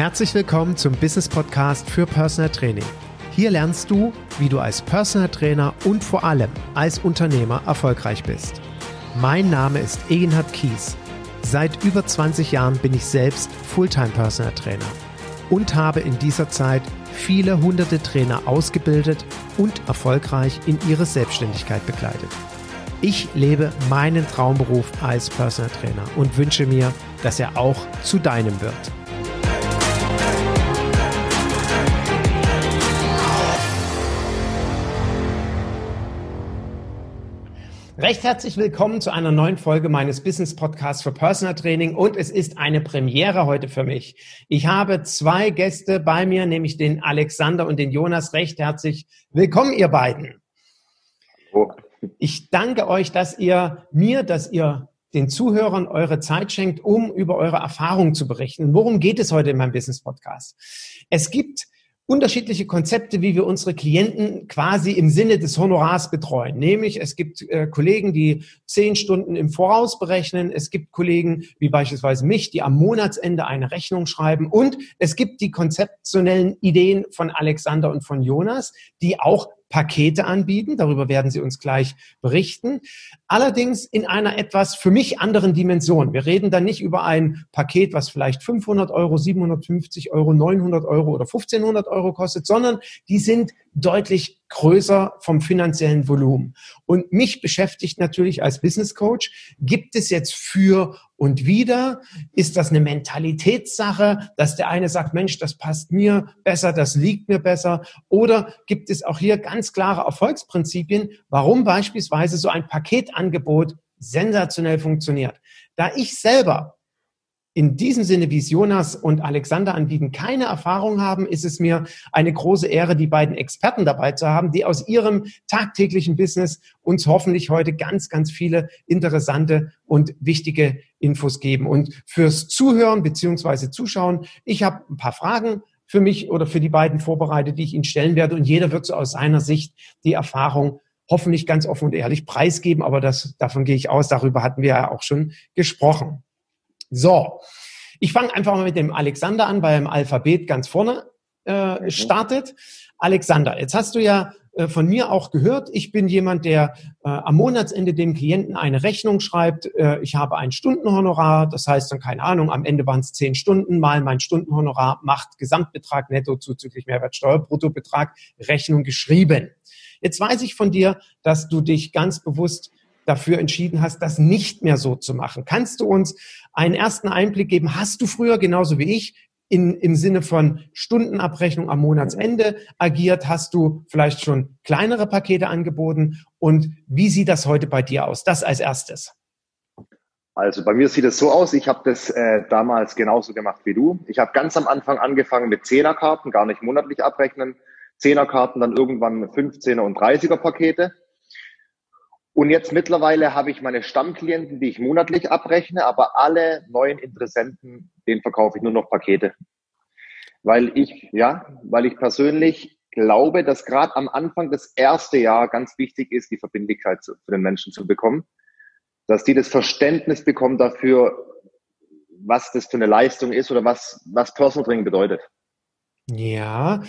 Herzlich willkommen zum Business Podcast für Personal Training. Hier lernst du, wie du als Personal Trainer und vor allem als Unternehmer erfolgreich bist. Mein Name ist Eginhard Kies. Seit über 20 Jahren bin ich selbst Fulltime Personal Trainer und habe in dieser Zeit viele hunderte Trainer ausgebildet und erfolgreich in ihre Selbstständigkeit begleitet. Ich lebe meinen Traumberuf als Personal Trainer und wünsche mir, dass er auch zu deinem wird. Recht herzlich willkommen zu einer neuen Folge meines Business Podcasts für Personal Training und es ist eine Premiere heute für mich. Ich habe zwei Gäste bei mir, nämlich den Alexander und den Jonas. Recht herzlich willkommen, ihr beiden. Oh. Ich danke euch, dass ihr den Zuhörern eure Zeit schenkt, um über eure Erfahrungen zu berichten. Worum geht es heute in meinem Business Podcast? Es gibt unterschiedliche Konzepte, wie wir unsere Klienten quasi im Sinne des Honorars betreuen. Nämlich, es gibt Kollegen, die 10 Stunden im Voraus berechnen. Es gibt Kollegen, wie beispielsweise mich, die am Monatsende eine Rechnung schreiben. Und es gibt die konzeptionellen Ideen von Alexander und von Jonas, die auch Pakete anbieten. Darüber werden sie uns gleich berichten. Allerdings in einer etwas für mich anderen Dimension. Wir reden dann nicht über ein Paket, was vielleicht 500 Euro, 750 Euro, 900 Euro oder 1500 Euro kostet, sondern die sind deutlich größer vom finanziellen Volumen. Und mich beschäftigt natürlich als Business Coach, gibt es jetzt für und wider? Ist das eine Mentalitätssache, dass der eine sagt, Mensch, das passt mir besser, das liegt mir besser? Oder gibt es auch hier ganz klare Erfolgsprinzipien, warum beispielsweise so ein Paketangebot sensationell funktioniert? Da ich selber in diesem Sinne, wie es Jonas und Alexander anbieten, keine Erfahrung haben, ist es mir eine große Ehre, die beiden Experten dabei zu haben, die aus ihrem tagtäglichen Business uns hoffentlich heute ganz, ganz viele interessante und wichtige Infos geben. Und fürs Zuhören bzw. Zuschauen, ich habe ein paar Fragen für mich oder für die beiden vorbereitet, die ich Ihnen stellen werde. Und jeder wird so aus seiner Sicht die Erfahrung hoffentlich ganz offen und ehrlich preisgeben. Aber davon gehe ich aus, darüber hatten wir ja auch schon gesprochen. So, ich fange einfach mal mit dem Alexander an, weil er im Alphabet ganz vorne startet. Alexander, jetzt hast du ja von mir auch gehört, ich bin jemand, der am Monatsende dem Klienten eine Rechnung schreibt. Ich habe ein Stundenhonorar, das heißt dann, keine Ahnung, am Ende waren es 10 Stunden, mal mein Stundenhonorar macht Gesamtbetrag netto zuzüglich Mehrwertsteuer, Bruttobetrag, Rechnung geschrieben. Jetzt weiß ich von dir, dass du dich ganz bewusst dafür entschieden hast, das nicht mehr so zu machen. Kannst du uns einen ersten Einblick geben? Hast du früher, genauso wie ich, im Sinne von Stundenabrechnung am Monatsende agiert? Hast du vielleicht schon kleinere Pakete angeboten? Und wie sieht das heute bei dir aus? Das als erstes. Also bei mir sieht es so aus, ich habe das damals genauso gemacht wie du. Ich habe ganz am Anfang angefangen mit 10er-Karten, gar nicht monatlich abrechnen. 10er-Karten, dann irgendwann 15er und 30er Pakete. Und jetzt mittlerweile habe ich meine Stammklienten, die ich monatlich abrechne, aber alle neuen Interessenten, denen verkaufe ich nur noch Pakete. Weil ich persönlich glaube, dass gerade am Anfang das erste Jahr ganz wichtig ist, die Verbindlichkeit für den Menschen zu bekommen. Dass die das Verständnis bekommen dafür, was das für eine Leistung ist oder was Personal Training bedeutet. Ja,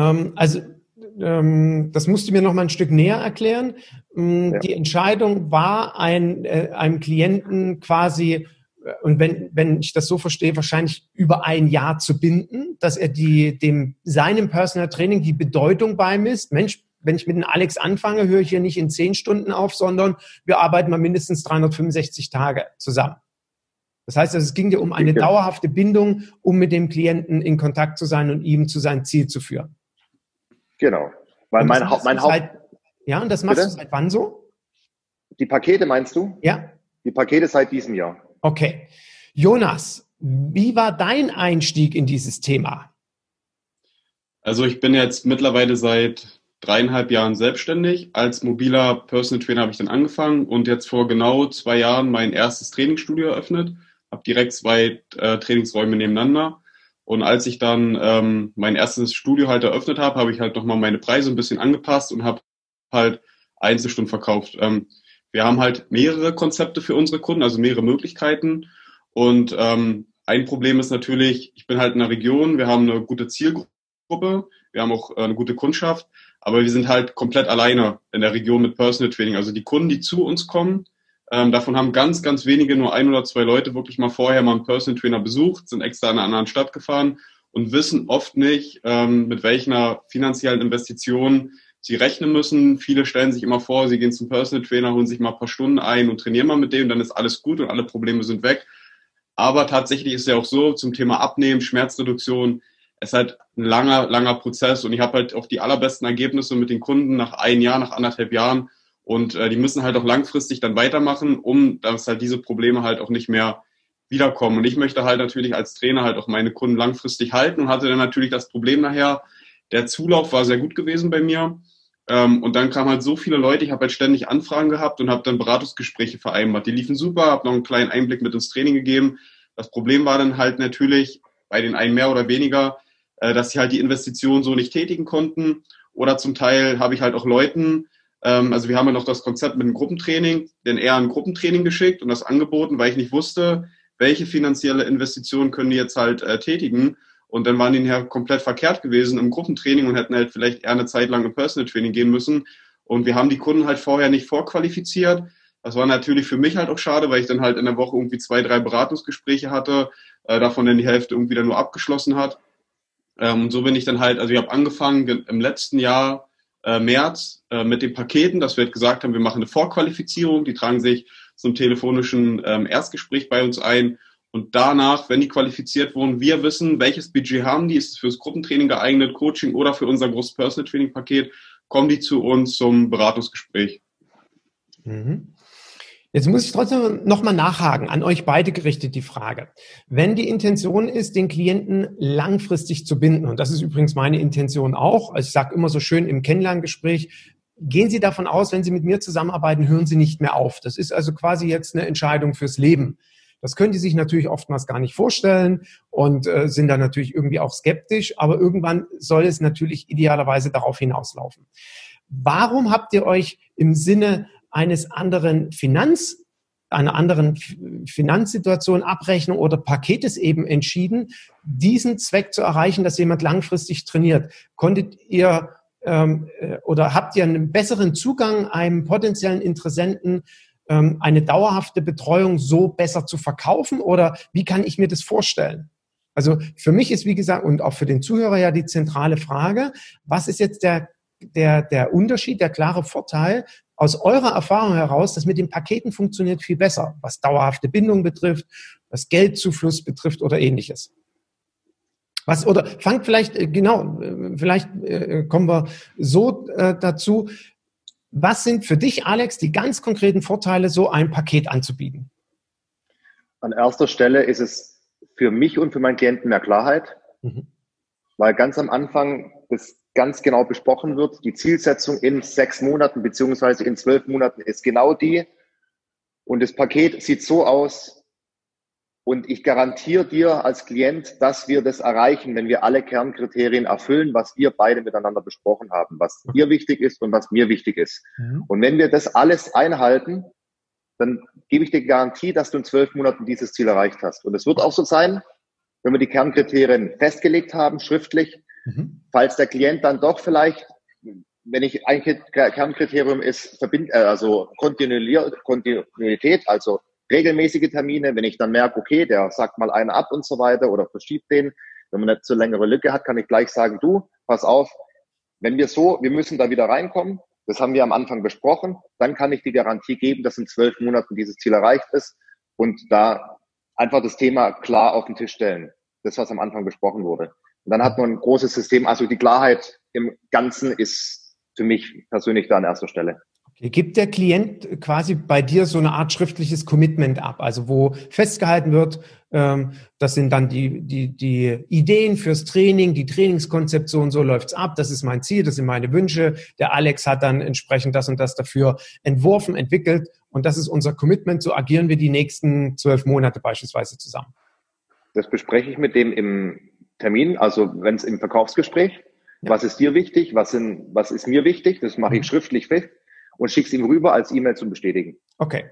das musst du mir noch mal ein Stück näher erklären. Ja. Die Entscheidung war, einem Klienten quasi, und wenn ich das so verstehe, wahrscheinlich über ein Jahr zu binden, dass er seinem Personal Training die Bedeutung beimisst. Mensch, wenn ich mit dem Alex anfange, höre ich hier nicht in 10 Stunden auf, sondern wir arbeiten mal mindestens 365 Tage zusammen. Das heißt, es ging dir um eine dauerhafte Bindung, um mit dem Klienten in Kontakt zu sein und ihm zu seinem Ziel zu führen. Genau. Weil und das machst du seit wann so? Die Pakete meinst du? Ja. Die Pakete seit diesem Jahr. Okay. Jonas, wie war dein Einstieg in dieses Thema? Also ich bin jetzt mittlerweile seit 3,5 Jahren selbstständig. Als mobiler Personal Trainer habe ich dann angefangen und jetzt vor genau 2 Jahren mein erstes Trainingsstudio eröffnet. Habe direkt 2 Trainingsräume nebeneinander. Und als ich dann mein erstes Studio halt eröffnet habe, habe ich halt nochmal meine Preise ein bisschen angepasst und habe halt Einzelstunden verkauft. Wir haben halt mehrere Konzepte für unsere Kunden, also mehrere Möglichkeiten. Und ein Problem ist natürlich, ich bin halt in einer Region, wir haben eine gute Zielgruppe, wir haben auch eine gute Kundschaft, aber wir sind halt komplett alleine in der Region mit Personal Training. Also die Kunden, die zu uns kommen, davon haben ganz, ganz wenige, nur 1 oder 2 Leute wirklich mal vorher mal einen Personal Trainer besucht, sind extra in einer anderen Stadt gefahren und wissen oft nicht, mit welcher finanziellen Investition sie rechnen müssen. Viele stellen sich immer vor, sie gehen zum Personal Trainer, holen sich mal ein paar Stunden ein und trainieren mal mit dem, dann ist alles gut und alle Probleme sind weg. Aber tatsächlich ist es ja auch so, zum Thema Abnehmen, Schmerzreduktion, es ist halt ein langer, langer Prozess und ich habe halt auch die allerbesten Ergebnisse mit den Kunden nach 1 Jahr, nach 1,5 Jahren und die müssen halt auch langfristig dann weitermachen, dass halt diese Probleme halt auch nicht mehr wiederkommen. Und ich möchte halt natürlich als Trainer halt auch meine Kunden langfristig halten und hatte dann natürlich das Problem nachher, der Zulauf war sehr gut gewesen bei mir. Und dann kamen halt so viele Leute, ich habe halt ständig Anfragen gehabt und habe dann Beratungsgespräche vereinbart. Die liefen super, habe noch einen kleinen Einblick mit ins Training gegeben. Das Problem war dann halt natürlich bei den einen mehr oder weniger, dass sie halt die Investition so nicht tätigen konnten. Oder zum Teil habe ich halt auch Leuten, also wir haben ja noch das Konzept mit dem Gruppentraining, denn eher ein Gruppentraining geschickt und das angeboten, weil ich nicht wusste, welche finanzielle Investitionen können die jetzt halt tätigen. Und dann waren die ja komplett verkehrt gewesen im Gruppentraining und hätten halt vielleicht eher eine Zeit lang im Personal Training gehen müssen. Und wir haben die Kunden halt vorher nicht vorqualifiziert. Das war natürlich für mich halt auch schade, weil ich dann halt in der Woche irgendwie 2, 3 Beratungsgespräche hatte, davon dann die Hälfte irgendwie dann nur abgeschlossen hat. Und so bin ich dann halt, also ich habe angefangen im letzten Jahr, März, mit den Paketen, dass wir halt gesagt haben, wir machen eine Vorqualifizierung, die tragen sich zum telefonischen Erstgespräch bei uns ein. Und danach, wenn die qualifiziert wurden, wir wissen, welches Budget haben die, ist es fürs Gruppentraining geeignet, Coaching oder für unser großes Personal Training Paket, kommen die zu uns zum Beratungsgespräch. Jetzt muss ich trotzdem nochmal nachhaken, an euch beide gerichtet die Frage. Wenn die Intention ist, den Klienten langfristig zu binden, und das ist übrigens meine Intention auch, also ich sage immer so schön im Kennenlerngespräch, gehen Sie davon aus, wenn Sie mit mir zusammenarbeiten, hören Sie nicht mehr auf. Das ist also quasi jetzt eine Entscheidung fürs Leben. Das können die sich natürlich oftmals gar nicht vorstellen und sind dann natürlich irgendwie auch skeptisch, aber irgendwann soll es natürlich idealerweise darauf hinauslaufen. Warum habt ihr euch im Sinne einer anderen Finanzsituation, Abrechnung oder Paketes eben entschieden, diesen Zweck zu erreichen, dass jemand langfristig trainiert? Konntet ihr oder habt ihr einen besseren Zugang einem potenziellen Interessenten, eine dauerhafte Betreuung so besser zu verkaufen oder wie kann ich mir das vorstellen? Also für mich ist, wie gesagt, und auch für den Zuhörer ja die zentrale Frage, was ist jetzt der Unterschied, der klare Vorteil aus eurer Erfahrung heraus, dass mit den Paketen funktioniert viel besser, was dauerhafte Bindung betrifft, was Geldzufluss betrifft oder ähnliches? Kommen wir so dazu. Was sind für dich, Alex, die ganz konkreten Vorteile, so ein Paket anzubieten? An erster Stelle ist es für mich und für meinen Klienten mehr Klarheit, weil ganz am Anfang das ganz genau besprochen wird. Die Zielsetzung in 6 Monaten beziehungsweise in 12 Monaten ist genau die. Und das Paket sieht so aus. Und ich garantiere dir als Klient, dass wir das erreichen, wenn wir alle Kernkriterien erfüllen, was wir beide miteinander besprochen haben, was dir wichtig ist und was mir wichtig ist. Und wenn wir das alles einhalten, dann gebe ich dir Garantie, dass du in 12 Monaten dieses Ziel erreicht hast. Und es wird auch so sein, wenn wir die Kernkriterien festgelegt haben, schriftlich, falls der Klient dann doch vielleicht, wenn ich ein Kernkriterium ist, also Kontinuität, also regelmäßige Termine, wenn ich dann merke, okay, der sagt mal einen ab und so weiter oder verschiebt den, wenn man nicht so längere Lücke hat, kann ich gleich sagen, du, pass auf, wir müssen da wieder reinkommen, das haben wir am Anfang besprochen, dann kann ich die Garantie geben, dass in 12 Monaten dieses Ziel erreicht ist und da einfach das Thema klar auf den Tisch stellen, das, was am Anfang besprochen wurde. Und dann hat man ein großes System, also die Klarheit im Ganzen ist für mich persönlich da an erster Stelle. Okay. Gibt der Klient quasi bei dir so eine Art schriftliches Commitment ab, also wo festgehalten wird, das sind dann die Ideen fürs Training, die Trainingskonzeption, so läuft's ab, das ist mein Ziel, das sind meine Wünsche, der Alex hat dann entsprechend das und das dafür entworfen, entwickelt und das ist unser Commitment, so agieren wir die nächsten 12 Monate beispielsweise zusammen. Das bespreche ich mit dem im Termin, also wenn es im Verkaufsgespräch, was ist dir wichtig, was ist mir wichtig, das mache ich schriftlich fest und schicke es ihm rüber als E-Mail zum Bestätigen. Okay,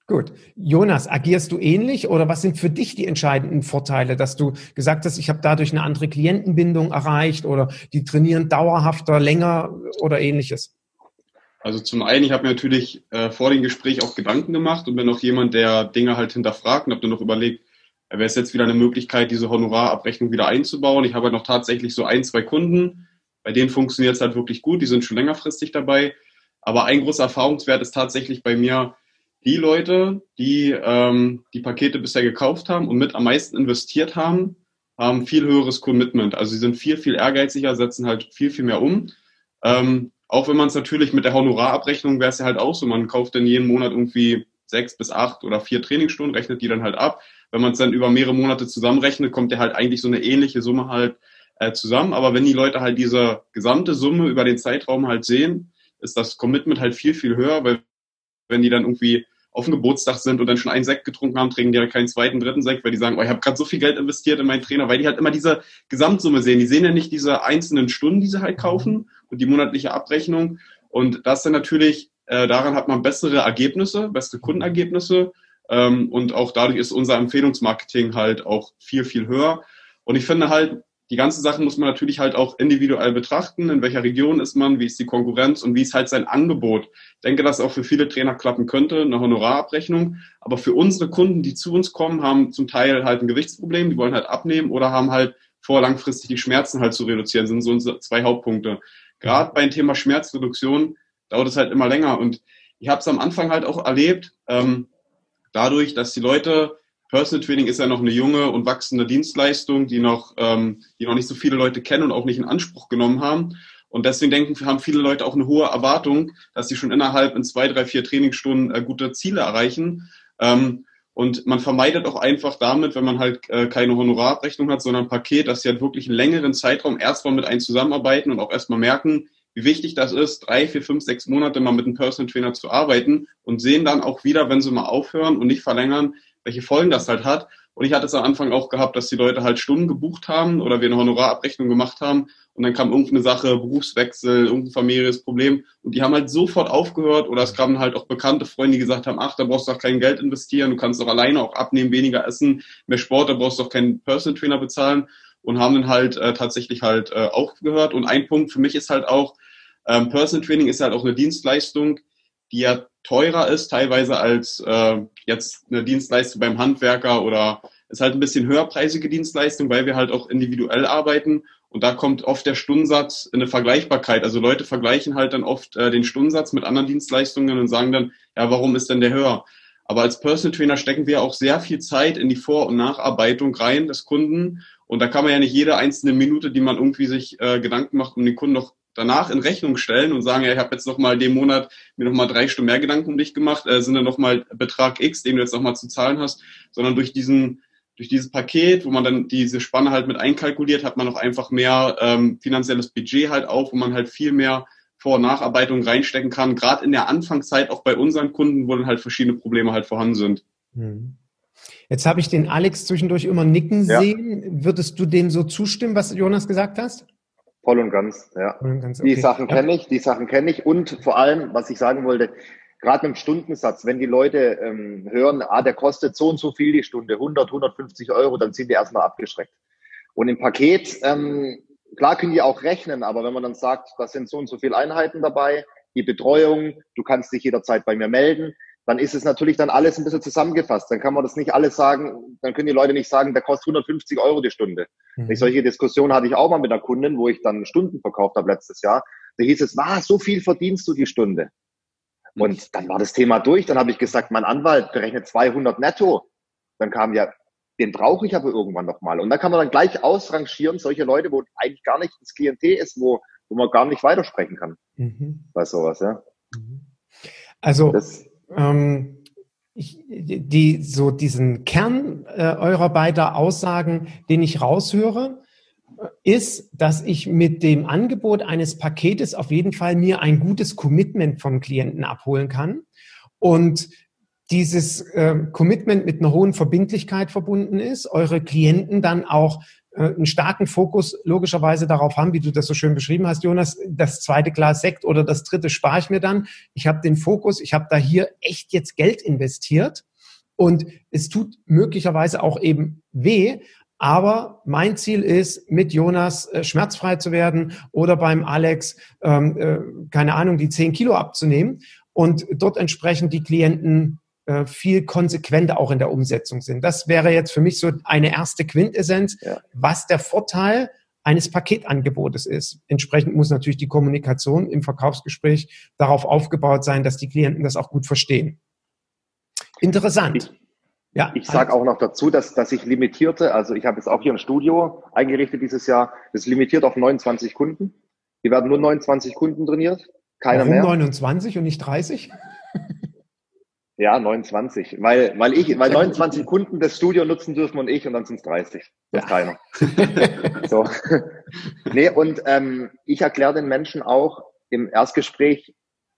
Gut. Jonas, agierst du ähnlich oder was sind für dich die entscheidenden Vorteile, dass du gesagt hast, ich habe dadurch eine andere Klientenbindung erreicht oder die trainieren dauerhafter, länger oder ähnliches? Also zum einen, ich habe mir natürlich vor dem Gespräch auch Gedanken gemacht und bin auch jemand, der Dinge halt hinterfragt und habe dann noch überlegt, wäre es jetzt wieder eine Möglichkeit, diese Honorarabrechnung wieder einzubauen. Ich habe halt noch tatsächlich so 1, 2 Kunden, bei denen funktioniert es halt wirklich gut, die sind schon längerfristig dabei. Aber ein großer Erfahrungswert ist tatsächlich bei mir, die Leute, die die Pakete bisher gekauft haben und mit am meisten investiert haben, haben viel höheres Commitment. Also sie sind viel, viel ehrgeiziger, setzen halt viel, viel mehr um. Auch wenn man es natürlich mit der Honorarabrechnung wäre es ja halt auch so, man kauft dann jeden Monat irgendwie 6 bis 8 oder 4 Trainingsstunden, rechnet die dann halt ab. Wenn man es dann über mehrere Monate zusammenrechnet, kommt ja halt eigentlich so eine ähnliche Summe halt zusammen. Aber wenn die Leute halt diese gesamte Summe über den Zeitraum halt sehen, ist das Commitment halt viel, viel höher, weil wenn die dann irgendwie auf dem Geburtstag sind und dann schon einen Sekt getrunken haben, trinken die ja keinen zweiten, dritten Sekt, weil die sagen, oh, ich habe gerade so viel Geld investiert in meinen Trainer, weil die halt immer diese Gesamtsumme sehen. Die sehen ja nicht diese einzelnen Stunden, die sie halt kaufen und die monatliche Abrechnung. Und das dann natürlich, daran hat man bessere Ergebnisse, bessere Kundenergebnisse. Und auch dadurch ist unser Empfehlungsmarketing halt auch viel, viel höher. Und ich finde halt, die ganzen Sachen muss man natürlich halt auch individuell betrachten. In welcher Region ist man, wie ist die Konkurrenz und wie ist halt sein Angebot. Ich denke, dass auch für viele Trainer klappen könnte, eine Honorarabrechnung. Aber für unsere Kunden, die zu uns kommen, haben zum Teil halt ein Gewichtsproblem, die wollen halt abnehmen oder haben halt vor, langfristig die Schmerzen halt zu reduzieren. Das sind so unsere 2 Hauptpunkte. Gerade beim Thema Schmerzreduktion dauert es halt immer länger. Und ich habe es am Anfang halt auch erlebt, dadurch, dass die Leute, Personal Training ist ja noch eine junge und wachsende Dienstleistung, die noch nicht so viele Leute kennen und auch nicht in Anspruch genommen haben. Und deswegen haben viele Leute auch eine hohe Erwartung, dass sie schon innerhalb in 2, 3, 4 Trainingsstunden gute Ziele erreichen. Und man vermeidet auch einfach damit, wenn man halt keine Honorarabrechnung hat, sondern ein Paket, dass sie halt wirklich einen längeren Zeitraum erstmal mit einem zusammenarbeiten und auch erstmal merken, wie wichtig das ist, 3, 4, 5, 6 Monate mal mit einem Personal Trainer zu arbeiten und sehen dann auch wieder, wenn sie mal aufhören und nicht verlängern, welche Folgen das halt hat. Und ich hatte es am Anfang auch gehabt, dass die Leute halt Stunden gebucht haben oder wir eine Honorarabrechnung gemacht haben und dann kam irgendeine Sache, Berufswechsel, irgendein familiäres Problem und die haben halt sofort aufgehört oder es kamen halt auch bekannte Freunde, die gesagt haben, ach, da brauchst du doch kein Geld investieren, du kannst doch alleine auch abnehmen, weniger essen, mehr Sport, da brauchst du doch keinen Personal Trainer bezahlen und haben dann halt tatsächlich halt aufgehört. Und ein Punkt für mich ist halt auch, Personal Training ist halt auch eine Dienstleistung, die ja teurer ist, teilweise als jetzt eine Dienstleistung beim Handwerker oder ist halt ein bisschen höherpreisige Dienstleistung, weil wir halt auch individuell arbeiten und da kommt oft der Stundensatz in eine Vergleichbarkeit. Also Leute vergleichen halt dann oft den Stundensatz mit anderen Dienstleistungen und sagen dann, ja, warum ist denn der höher? Aber als Personal Trainer stecken wir auch sehr viel Zeit in die Vor- und Nacharbeitung rein des Kunden und da kann man ja nicht jede einzelne Minute, die man irgendwie sich Gedanken macht, um den Kunden noch danach in Rechnung stellen und sagen, ja, ich habe jetzt noch mal den Monat mir noch mal 3 Stunden mehr Gedanken um dich gemacht, sind dann noch mal Betrag X, den du jetzt noch mal zu zahlen hast, sondern durch dieses Paket, wo man dann diese Spanne halt mit einkalkuliert, hat man auch einfach mehr finanzielles Budget halt auch, wo man halt viel mehr Vor- und Nacharbeitung reinstecken kann, gerade in der Anfangszeit auch bei unseren Kunden, wo dann halt verschiedene Probleme halt vorhanden sind. Jetzt habe ich den Alex zwischendurch immer nicken sehen. Würdest du dem so zustimmen, was Jonas gesagt hast? Voll und ganz, ja. Voll und ganz, okay. Die Sachen kenne ich und vor allem, was ich sagen wollte, gerade mit dem Stundensatz, wenn die Leute hören, der kostet so und so viel die Stunde, 100, 150 Euro, dann sind die erstmal abgeschreckt. Und im Paket, klar können die auch rechnen, aber wenn man dann sagt, da sind so und so viele Einheiten dabei, die Betreuung, du kannst dich jederzeit bei mir melden, dann ist es natürlich dann alles ein bisschen zusammengefasst. Dann kann man das nicht alles sagen, dann können die Leute nicht sagen, der kostet 150 Euro die Stunde. Solche Diskussionen hatte ich auch mal mit einer Kundin, wo ich dann Stunden verkauft habe letztes Jahr. Da hieß es, so viel verdienst du die Stunde. Und dann war das Thema durch. Dann habe ich gesagt, mein Anwalt berechnet 200 netto. Dann kam den brauche ich aber irgendwann nochmal. Und da kann man dann gleich ausrangieren, solche Leute, wo eigentlich gar nicht das Klientel ist, wo man gar nicht weitersprechen kann. Bei sowas, ja. Also, diesen Kern eurer beiden Aussagen, den ich raushöre, ist, dass ich mit dem Angebot eines Paketes auf jeden Fall mir ein gutes Commitment vom Klienten abholen kann und dieses Commitment mit einer hohen Verbindlichkeit verbunden ist, eure Klienten dann auch einen starken Fokus logischerweise darauf haben, wie du das so schön beschrieben hast, Jonas, das zweite Glas Sekt oder das dritte spare ich mir dann. Ich habe den Fokus, ich habe da hier echt jetzt Geld investiert und es tut möglicherweise auch eben weh, aber mein Ziel ist, mit Jonas schmerzfrei zu werden oder beim Alex, keine Ahnung, die 10 Kilo abzunehmen und dort entsprechend die Klienten viel konsequenter auch in der Umsetzung sind. Das wäre jetzt für mich so eine erste Quintessenz, was der Vorteil eines Paketangebotes ist. Entsprechend muss natürlich die Kommunikation im Verkaufsgespräch darauf aufgebaut sein, dass die Klienten das auch gut verstehen. Interessant. Ich sage auch noch dazu, dass ich limitierte, also ich habe jetzt auch hier ein Studio eingerichtet dieses Jahr, das ist limitiert auf 29 Kunden. Hier werden nur 29 Kunden trainiert, keiner mehr. 29 und nicht 30? Ja, 29, weil 29 Kunden das Studio nutzen dürfen und dann sind es 30. Das ist keiner. So. Nee, und ich erkläre den Menschen auch im Erstgespräch,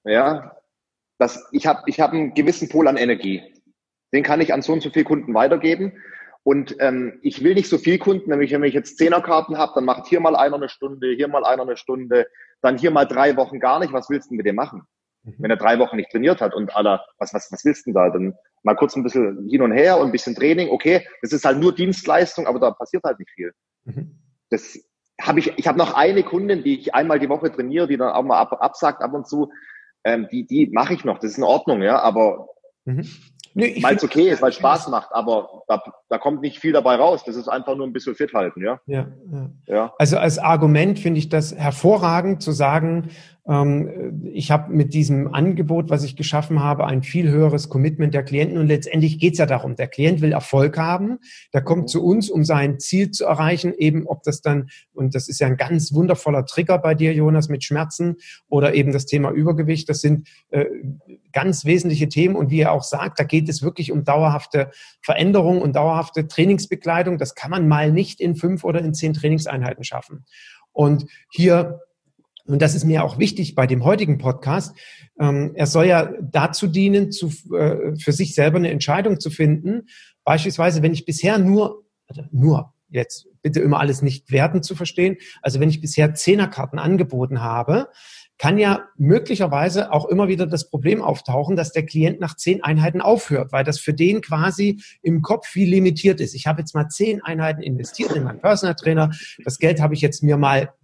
dass ich habe einen gewissen Pol an Energie. Den kann ich an so und so viele Kunden weitergeben. Und ich will nicht so viel Kunden, nämlich wenn ich jetzt 10er-Karten habe, dann macht hier mal einer eine Stunde, hier mal einer eine Stunde, dann hier mal 3 Wochen gar nicht. Was willst du denn mit dem machen? Wenn er 3 Wochen nicht trainiert hat und was willst du denn da? Dann mal kurz ein bisschen hin und her und ein bisschen Training. Okay, das ist halt nur Dienstleistung, aber da passiert halt nicht viel. Ich habe noch eine Kundin, die ich einmal die Woche trainiere, die dann auch mal absagt ab und zu. Die mache ich noch. Das ist in Ordnung, ja, aber weil es okay ist, weil es Spaß macht, aber da kommt nicht viel dabei raus. Das ist einfach nur ein bisschen fit halten, ja. Ja. Also als Argument finde ich das hervorragend zu sagen, ich habe mit diesem Angebot, was ich geschaffen habe, ein viel höheres Commitment der Klienten und letztendlich geht es ja darum, der Klient will Erfolg haben, der kommt zu uns, um sein Ziel zu erreichen, eben ob das dann, und das ist ja ein ganz wundervoller Trigger bei dir, Jonas, mit Schmerzen oder eben das Thema Übergewicht, das sind ganz wesentliche Themen und wie er auch sagt, da geht es wirklich um dauerhafte Veränderung und dauerhafte Trainingsbegleitung, das kann man mal nicht in 5 oder in 10 Trainingseinheiten schaffen. Und hier, und das ist mir auch wichtig bei dem heutigen Podcast, er soll ja dazu dienen, für sich selber eine Entscheidung zu finden. Beispielsweise, wenn ich bisher nur, jetzt bitte immer alles nicht wertend zu verstehen, also wenn ich bisher 10er-Karten angeboten habe, kann ja möglicherweise auch immer wieder das Problem auftauchen, dass der Klient nach 10 Einheiten aufhört, weil das für den quasi im Kopf viel limitiert ist. Ich habe jetzt mal 10 Einheiten investiert in meinen Personal Trainer, das Geld habe ich jetzt mir mal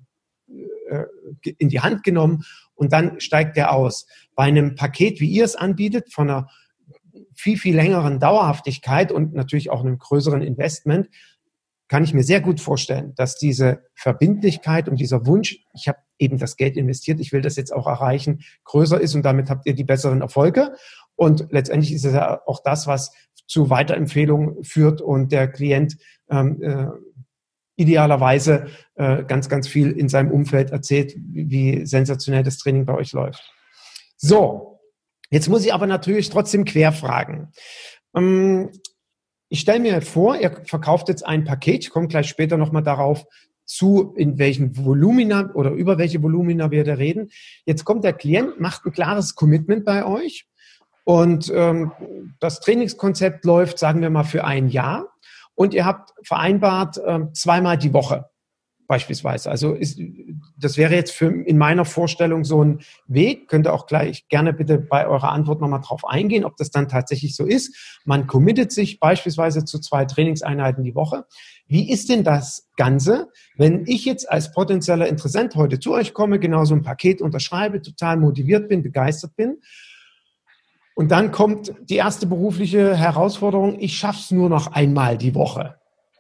in die Hand genommen und dann steigt der aus. Bei einem Paket, wie ihr es anbietet, von einer viel, viel längeren Dauerhaftigkeit und natürlich auch einem größeren Investment, kann ich mir sehr gut vorstellen, dass diese Verbindlichkeit und dieser Wunsch, ich habe eben das Geld investiert, ich will das jetzt auch erreichen, größer ist und damit habt ihr die besseren Erfolge. Und letztendlich ist es ja auch das, was zu Weiterempfehlungen führt und der Klient idealerweise ganz, ganz viel in seinem Umfeld erzählt, wie sensationell das Training bei euch läuft. So, jetzt muss ich aber natürlich trotzdem querfragen. Ich stelle mir vor, ihr verkauft jetzt ein Paket, ich komme gleich später nochmal darauf zu, in welchen Volumina oder über welche Volumina wir da reden. Jetzt kommt der Klient, macht ein klares Commitment bei euch und das Trainingskonzept läuft, sagen wir mal, für ein Jahr. Und ihr habt vereinbart 2-mal die Woche beispielsweise. Also das wäre jetzt in meiner Vorstellung so ein Weg. Könnt ihr auch gleich gerne bitte bei eurer Antwort nochmal drauf eingehen, ob das dann tatsächlich so ist. Man committet sich beispielsweise zu 2 Trainingseinheiten die Woche. Wie ist denn das Ganze, wenn ich jetzt als potenzieller Interessent heute zu euch komme, genau so ein Paket unterschreibe, total motiviert bin, begeistert bin? Und dann kommt die erste berufliche Herausforderung, ich schaffe es nur noch einmal die Woche.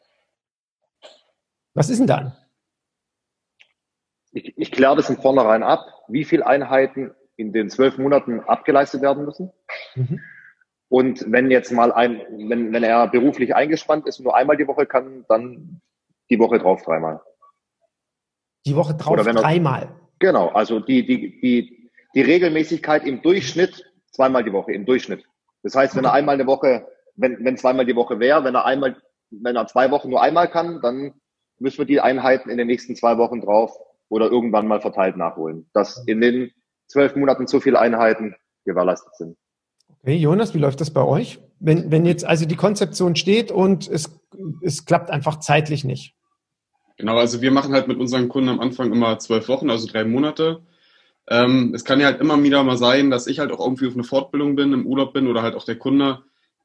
Was ist denn dann? Ich kläre das von vornherein ab, wie viele Einheiten in den 12 Monaten abgeleistet werden müssen. Und wenn jetzt mal wenn er beruflich eingespannt ist und nur einmal die Woche kann, dann die Woche drauf 3-mal. Die Woche drauf 3-mal? Genau, also die Regelmäßigkeit im Durchschnitt 2-mal die Woche, im Durchschnitt. Das heißt, wenn er einmal eine Woche, wenn 2-mal die Woche wäre, wenn er 2 Wochen nur einmal kann, dann müssen wir die Einheiten in den nächsten 2 Wochen drauf oder irgendwann mal verteilt nachholen. Dass in den 12 Monaten so viele Einheiten gewährleistet sind. Okay, Jonas, wie läuft das bei euch? Wenn jetzt also die Konzeption steht und es klappt einfach zeitlich nicht. Genau, also wir machen halt mit unseren Kunden am Anfang immer 12 Wochen, also 3 Monate. Es kann ja halt immer wieder mal sein, dass ich halt auch irgendwie auf eine Fortbildung bin, im Urlaub bin oder halt auch der Kunde.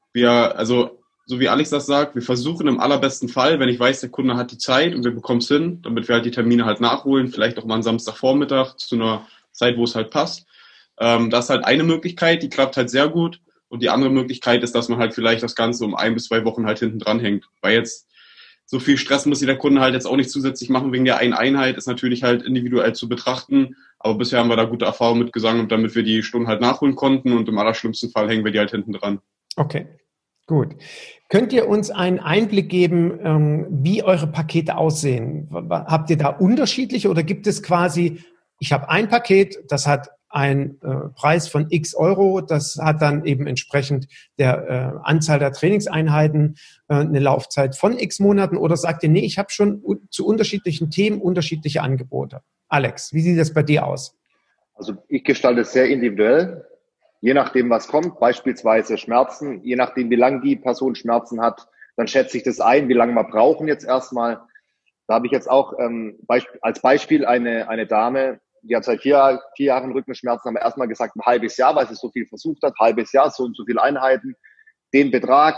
Also so wie Alex das sagt, wir versuchen im allerbesten Fall, wenn ich weiß, der Kunde hat die Zeit und wir bekommen es hin, damit wir halt die Termine halt nachholen, vielleicht auch mal am Samstagvormittag zu einer Zeit, wo es halt passt. Das ist halt eine Möglichkeit, die klappt halt sehr gut. Und die andere Möglichkeit ist, dass man halt vielleicht das Ganze um 1 bis 2 Wochen halt hinten dran hängt. Weil jetzt so viel Stress muss sich der Kunde halt jetzt auch nicht zusätzlich machen wegen der einen Einheit, ist natürlich halt individuell zu betrachten. Aber bisher haben wir da gute Erfahrungen mit gesammelt, damit wir die Stunden halt nachholen konnten und im allerschlimmsten Fall hängen wir die halt hinten dran. Okay, gut. Könnt ihr uns einen Einblick geben, wie eure Pakete aussehen? Habt ihr da unterschiedliche oder gibt es quasi, ich habe ein Paket, das hat einen Preis von x Euro, das hat dann eben entsprechend der Anzahl der Trainingseinheiten eine Laufzeit von x Monaten, oder sagt ihr, nee, ich habe schon zu unterschiedlichen Themen unterschiedliche Angebote? Alex, wie sieht das bei dir aus? Also ich gestalte es sehr individuell, je nachdem, was kommt, beispielsweise Schmerzen, je nachdem, wie lange die Person Schmerzen hat, dann schätze ich das ein, wie lange wir brauchen jetzt erstmal. Da habe ich jetzt auch als Beispiel eine Dame, die hat seit 4 Jahren Rückenschmerzen, haben wir erstmal gesagt, ein halbes Jahr, weil sie so viel versucht hat, halbes Jahr, so und so viele Einheiten, den Betrag,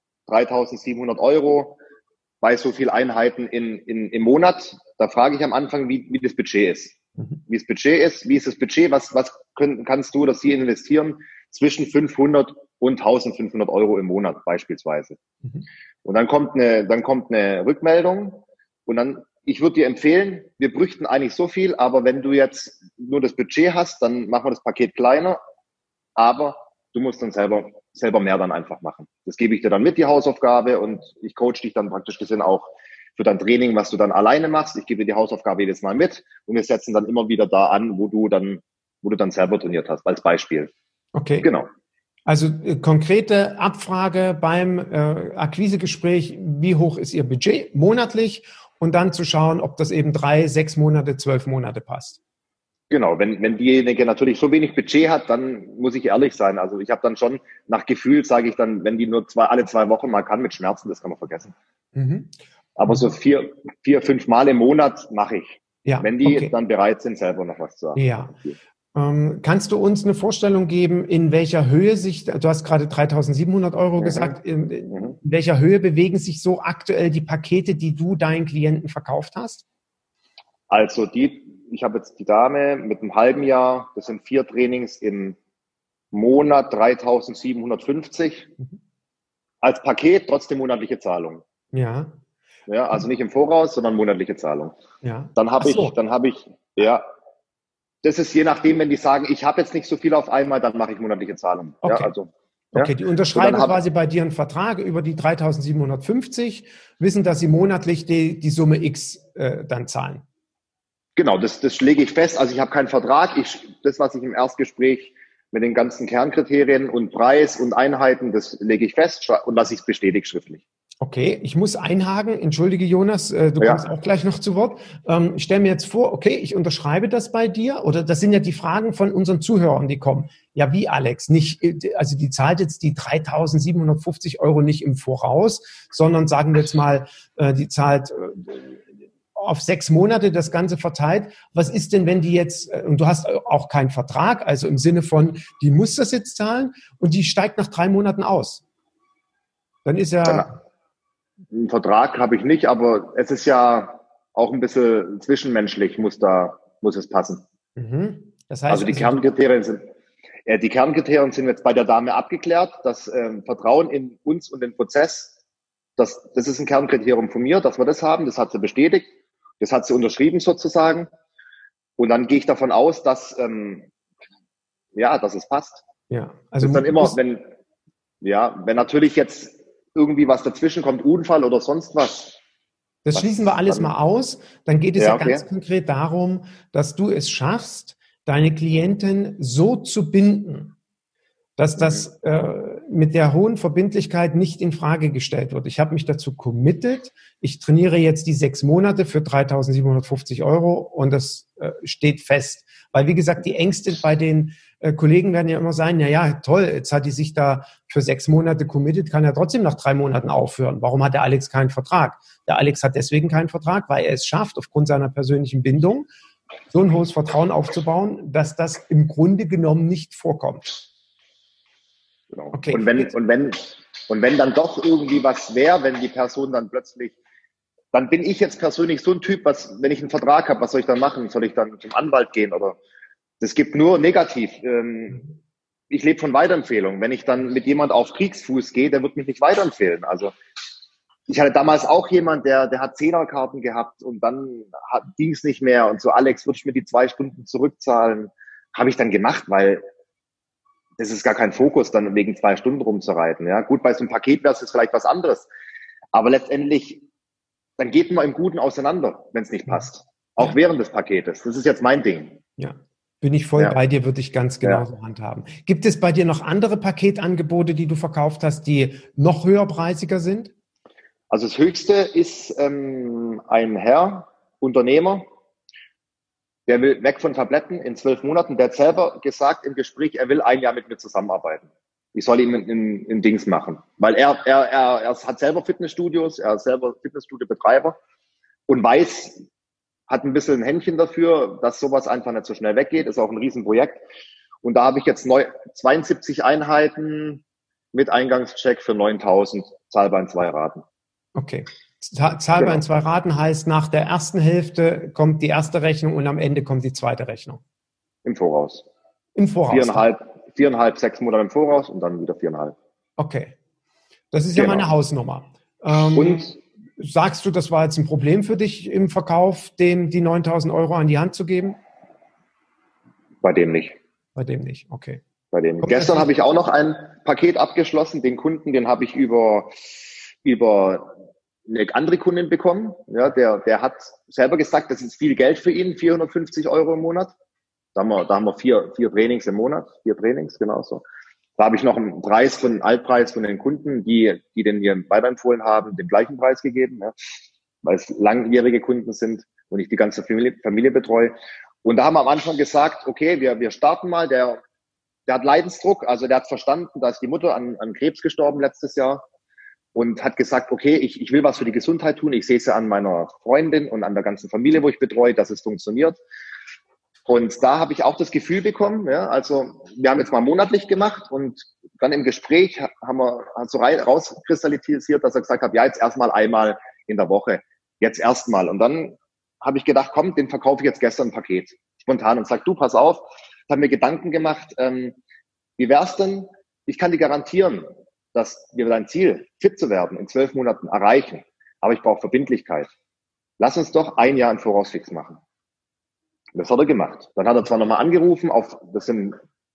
3.700 Euro, bei so viel Einheiten im Monat. Da frage ich am Anfang, wie das Budget ist. Wie das Budget ist, wie ist das Budget, was kannst du oder sie investieren zwischen 500 und 1.500 Euro im Monat beispielsweise. Und dann kommt eine Rückmeldung und dann, ich würde dir empfehlen, wir bräuchten eigentlich so viel, aber wenn du jetzt nur das Budget hast, dann machen wir das Paket kleiner, aber du musst dann selber mehr dann einfach machen. Das gebe ich dir dann mit, die Hausaufgabe, und ich coach dich dann praktisch gesehen auch für dein Training, was du dann alleine machst. Ich gebe dir die Hausaufgabe jedes Mal mit und wir setzen dann immer wieder da an, wo du dann selber trainiert hast, als Beispiel. Okay. Genau. Also konkrete Abfrage beim Akquisegespräch, wie hoch ist Ihr Budget monatlich, und dann zu schauen, ob das eben 3, 6 Monate, 12 Monate passt. Genau, wenn diejenige natürlich so wenig Budget hat, dann muss ich ehrlich sein. Also ich habe dann schon nach Gefühl, sage ich dann, wenn die nur alle 2 Wochen mal kann mit Schmerzen, das kann man vergessen. Mhm. Aber so 4, 5 Mal im Monat mache ich. Ja, wenn die dann bereit sind, selber noch was zu sagen. Ja. Kannst du uns eine Vorstellung geben, in welcher Höhe du hast gerade 3.700 Euro gesagt, in welcher Höhe bewegen sich so aktuell die Pakete, die du deinen Klienten verkauft hast? Also ich habe jetzt die Dame mit einem halben Jahr, das sind 4 Trainings im Monat, 3.750. Als Paket trotzdem monatliche Zahlung. Ja. Ja, also nicht im Voraus, sondern monatliche Zahlung. Ja. Dann habe ich, das ist je nachdem, wenn die sagen, ich habe jetzt nicht so viel auf einmal, dann mache ich monatliche Zahlung. Okay. Ja, also, okay, die unterschreiben quasi bei dir einen Vertrag über die 3.750, wissen, dass sie monatlich die Summe X dann zahlen. Genau, das lege ich fest. Also ich habe keinen Vertrag. Das, was ich im Erstgespräch mit den ganzen Kernkriterien und Preis und Einheiten, das lege ich fest und lasse ich es bestätigt schriftlich. Okay, ich muss einhaken. Entschuldige, Jonas, du kommst auch gleich noch zu Wort. Ich stelle mir jetzt vor, okay, ich unterschreibe das bei dir, oder das sind ja die Fragen von unseren Zuhörern, die kommen. Ja, wie, Alex? Also die zahlt jetzt die 3.750 Euro nicht im Voraus, sondern sagen wir jetzt mal, die zahlt auf 6 Monate das Ganze verteilt. Was ist denn, wenn die jetzt, und du hast auch keinen Vertrag, also im Sinne von, die muss das jetzt zahlen und die steigt nach 3 Monaten aus? Dann ist ja... Einen Vertrag habe ich nicht, aber es ist ja auch ein bisschen zwischenmenschlich, muss es passen. Mhm. Das heißt, also die Kernkriterien sind jetzt bei der Dame abgeklärt. Das Vertrauen in uns und den Prozess, das ist ein Kernkriterium von mir, dass wir das haben. Das hat sie bestätigt. Das hat sie unterschrieben sozusagen. Und dann gehe ich davon aus, dass es passt. Ja, also das ist dann immer, wenn natürlich jetzt irgendwie was dazwischen kommt, Unfall oder sonst was. Das schließen wir alles mal aus. Dann geht es ja ganz konkret darum, dass du es schaffst, deine Klienten so zu binden, dass das mit der hohen Verbindlichkeit nicht in Frage gestellt wird. Ich habe mich dazu committed. Ich trainiere jetzt die 6 Monate für 3.750 Euro und das steht fest. Weil, wie gesagt, die Ängste bei den Kollegen werden ja immer sagen, na ja, toll, jetzt hat die sich da für 6 Monate committed, kann ja trotzdem nach 3 Monaten aufhören. Warum hat der Alex keinen Vertrag? Der Alex hat deswegen keinen Vertrag, weil er es schafft, aufgrund seiner persönlichen Bindung so ein hohes Vertrauen aufzubauen, dass das im Grunde genommen nicht vorkommt. Genau. Okay. Und wenn dann doch irgendwie was wäre, wenn die Person dann plötzlich, dann bin ich jetzt persönlich so ein Typ, wenn ich einen Vertrag habe, was soll ich dann machen? Soll ich dann zum Anwalt gehen oder? Das gibt nur negativ. Ich lebe von Weiterempfehlungen. Wenn ich dann mit jemand auf Kriegsfuß gehe, der wird mich nicht weiterempfehlen. Also ich hatte damals auch jemand, der hat 10er-Karten gehabt und dann ging es nicht mehr und so, Alex, würde ich mir die 2 Stunden zurückzahlen? Habe ich dann gemacht, weil das ist gar kein Fokus, dann wegen 2 Stunden rumzureiten. Ja, gut, bei so einem Paket wäre es vielleicht was anderes. Aber letztendlich, dann geht man im Guten auseinander, wenn es nicht passt. Auch während des Paketes. Das ist jetzt mein Ding. Ja. Bin ich voll bei dir, würde ich ganz genauso handhaben. Gibt es bei dir noch andere Paketangebote, die du verkauft hast, die noch höherpreisiger sind? Also das Höchste ist ein Herr, Unternehmer, der will weg von Tabletten in 12 Monaten. Der hat selber gesagt im Gespräch, er will 1 Jahr mit mir zusammenarbeiten. Ich soll ihm in Dings machen. Weil er hat selber Fitnessstudios, er ist selber Fitnessstudio-Betreiber und hat ein bisschen ein Händchen dafür, dass sowas einfach nicht so schnell weggeht. Ist auch ein Riesenprojekt. Und da habe ich jetzt 72 Einheiten mit Eingangscheck für 9.000, zahlbar in 2 Raten. Okay. Zahlbar in 2 Raten heißt, nach der ersten Hälfte kommt die erste Rechnung und am Ende kommt die zweite Rechnung. Im Voraus. Im Voraus. 4,5, 6 Monate im Voraus und dann wieder 4,5. Okay. Das ist ja meine Hausnummer. Und sagst du, das war jetzt ein Problem für dich im Verkauf, dem die 9.000 € an die Hand zu geben? Bei dem nicht. Bei dem nicht, okay. Bei dem. Gestern habe ich auch noch ein Paket abgeschlossen. Den Kunden, den habe ich über eine andere Kundin bekommen. Ja, der hat selber gesagt, das ist viel Geld für ihn, 450 € im Monat. Da haben wir 4 Trainings im Monat, 4 Trainings, genau so. Da habe ich noch einen Altpreis von den Kunden, die den hier weiterempfohlen haben, den gleichen Preis gegeben, ja, weil es langjährige Kunden sind und ich die ganze Familie betreue. Und da haben wir am Anfang gesagt, okay, wir starten mal. Der hat Leidensdruck, also der hat verstanden, da ist die Mutter an Krebs gestorben letztes Jahr und hat gesagt, okay, ich will was für die Gesundheit tun. Ich sehe es ja an meiner Freundin und an der ganzen Familie, wo ich betreue, dass es funktioniert. Und da habe ich auch das Gefühl bekommen, ja, also wir haben jetzt mal monatlich gemacht und dann im Gespräch hat so rauskristallisiert, dass er gesagt hat, ja, jetzt erstmal einmal in der Woche, jetzt erstmal. Und dann habe ich gedacht, komm, den verkaufe ich jetzt gestern ein Paket, spontan und sag, du, pass auf, ich habe mir Gedanken gemacht, wie wär's denn, ich kann dir garantieren, dass wir dein Ziel, fit zu werden, in 12 Monaten erreichen, aber ich brauche Verbindlichkeit. Lass uns doch 1 Jahr im Voraus fix machen. Das hat er gemacht. Dann hat er zwar nochmal angerufen, das sind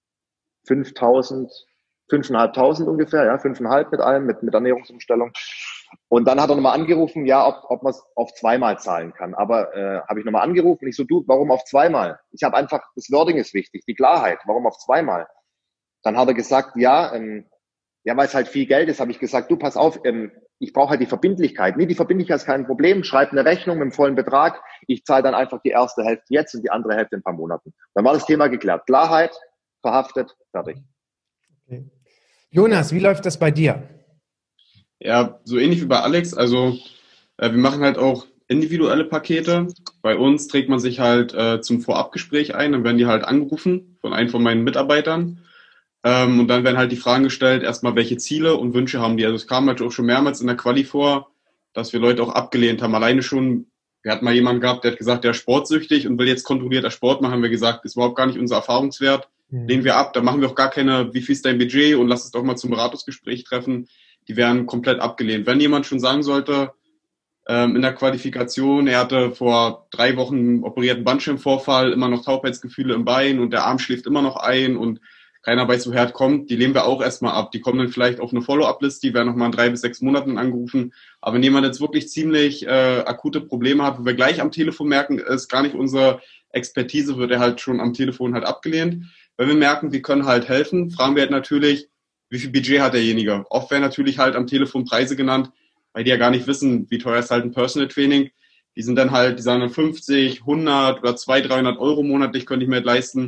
5.500 ungefähr, ja, 5,5 mit allem, mit Ernährungsumstellung. Und dann hat er nochmal angerufen, ja, ob man es auf 2-mal zahlen kann. Aber habe ich nochmal angerufen, ich so, du, warum auf 2-mal? Ich habe einfach, das Wording ist wichtig, die Klarheit, warum auf 2-mal? Dann hat er gesagt, ja, weil es halt viel Geld ist, habe ich gesagt, du, pass auf, ich brauche halt die Verbindlichkeit. Nee, die Verbindlichkeit ist kein Problem. Schreib eine Rechnung mit dem vollen Betrag. Ich zahle dann einfach die erste Hälfte jetzt und die andere Hälfte in ein paar Monaten. Dann war das Thema geklärt. Klarheit, verhaftet, fertig. Okay. Jonas, wie läuft das bei dir? Ja, so ähnlich wie bei Alex. Also wir machen halt auch individuelle Pakete. Bei uns trägt man sich halt zum Vorabgespräch ein. Dann werden die halt angerufen von einem von meinen Mitarbeitern. Und dann werden halt die Fragen gestellt, erstmal welche Ziele und Wünsche haben die. Also es kam halt auch schon mehrmals in der Quali vor, dass wir Leute auch abgelehnt haben. Alleine schon, wir hatten mal jemanden gehabt, der hat gesagt, der ist sportsüchtig und will jetzt kontrollierter Sport machen. Haben wir gesagt, ist überhaupt gar nicht unser Erfahrungswert. Lehnen wir ab. Da machen wir auch gar keine, wie viel ist dein Budget und lass es doch mal zum Beratungsgespräch treffen. Die werden komplett abgelehnt. Wenn jemand schon sagen sollte, in der Qualifikation, er hatte vor 3 Wochen einen operierten Bandscheibenvorfall, immer noch Taubheitsgefühle im Bein und der Arm schläft immer noch ein und keiner weiß, woher es kommt, die lehnen wir auch erstmal ab. Die kommen dann vielleicht auf eine Follow-up-Liste, die werden nochmal in 3 bis 6 Monaten angerufen. Aber wenn jemand jetzt wirklich ziemlich akute Probleme hat, wo wir gleich am Telefon merken, ist gar nicht unsere Expertise, wird er halt schon am Telefon halt abgelehnt. Wenn wir merken, wir können halt helfen, fragen wir halt natürlich, wie viel Budget hat derjenige. Oft werden natürlich halt am Telefon Preise genannt, weil die ja gar nicht wissen, wie teuer ist halt ein Personal Training. Die sind dann halt, die sagen dann 50, 100 oder 200, 300 € monatlich könnte ich mir halt leisten.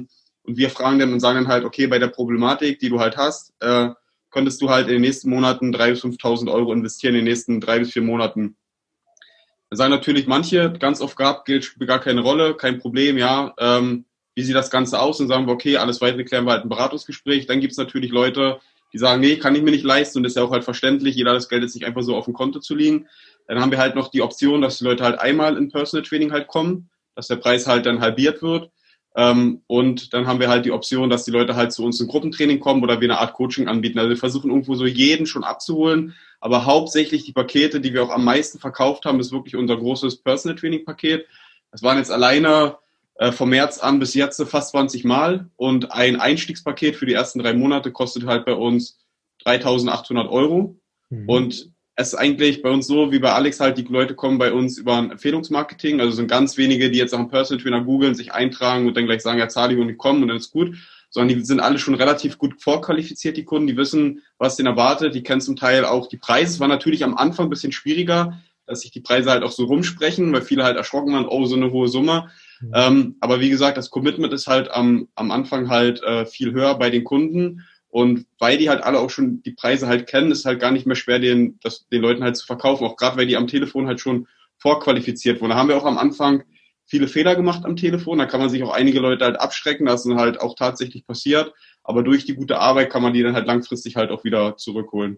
Und wir fragen dann und sagen dann halt, okay, bei der Problematik, die du halt hast, könntest du halt in den nächsten Monaten 3.000 bis 5.000 Euro investieren, in den nächsten 3 bis 4 Monaten. Da sagen natürlich manche, ganz oft gehabt, Geld spielt gar keine Rolle, kein Problem, ja, wie sieht das Ganze aus? Und sagen wir, okay, alles weitere klären wir halt ein Beratungsgespräch. Dann gibt es natürlich Leute, die sagen, nee, kann ich mir nicht leisten, und das ist ja auch halt verständlich, jeder hat das Geld jetzt nicht einfach so auf dem Konto zu liegen. Dann haben wir halt noch die Option, dass die Leute halt einmal in Personal Training halt kommen, dass der Preis halt dann halbiert wird. Und dann haben wir halt die Option, dass die Leute halt zu uns in Gruppentraining kommen oder wir eine Art Coaching anbieten. Also wir versuchen irgendwo so jeden schon abzuholen, aber hauptsächlich die Pakete, die wir auch am meisten verkauft haben, ist wirklich unser großes Personal Training Paket. Das waren jetzt alleine vom März an bis jetzt fast 20 Mal, und ein Einstiegspaket für die ersten 3 Monate kostet halt bei uns 3.800 Euro. Und es ist eigentlich bei uns so, wie bei Alex halt, die Leute kommen bei uns über ein Empfehlungsmarketing, also sind ganz wenige, die jetzt nach einem Personal Trainer googeln, sich eintragen und dann gleich sagen, ja, zahle ich und ich komme und dann ist gut, sondern die sind alle schon relativ gut vorqualifiziert, die Kunden, die wissen, was denen erwartet, die kennen zum Teil auch die Preise. Es war natürlich am Anfang ein bisschen schwieriger, dass sich die Preise halt auch so rumsprechen, weil viele halt erschrocken waren, oh, so eine hohe Summe. Aber wie gesagt, das Commitment ist halt am Anfang halt viel höher bei den Kunden. Und weil die halt alle auch schon die Preise halt kennen, ist halt gar nicht mehr schwer, den Leuten halt zu verkaufen. Auch gerade, weil die am Telefon halt schon vorqualifiziert wurden. Da haben wir auch am Anfang viele Fehler gemacht am Telefon. Da kann man sich auch einige Leute halt abschrecken. Das ist halt auch tatsächlich passiert. Aber durch die gute Arbeit kann man die dann halt langfristig halt auch wieder zurückholen.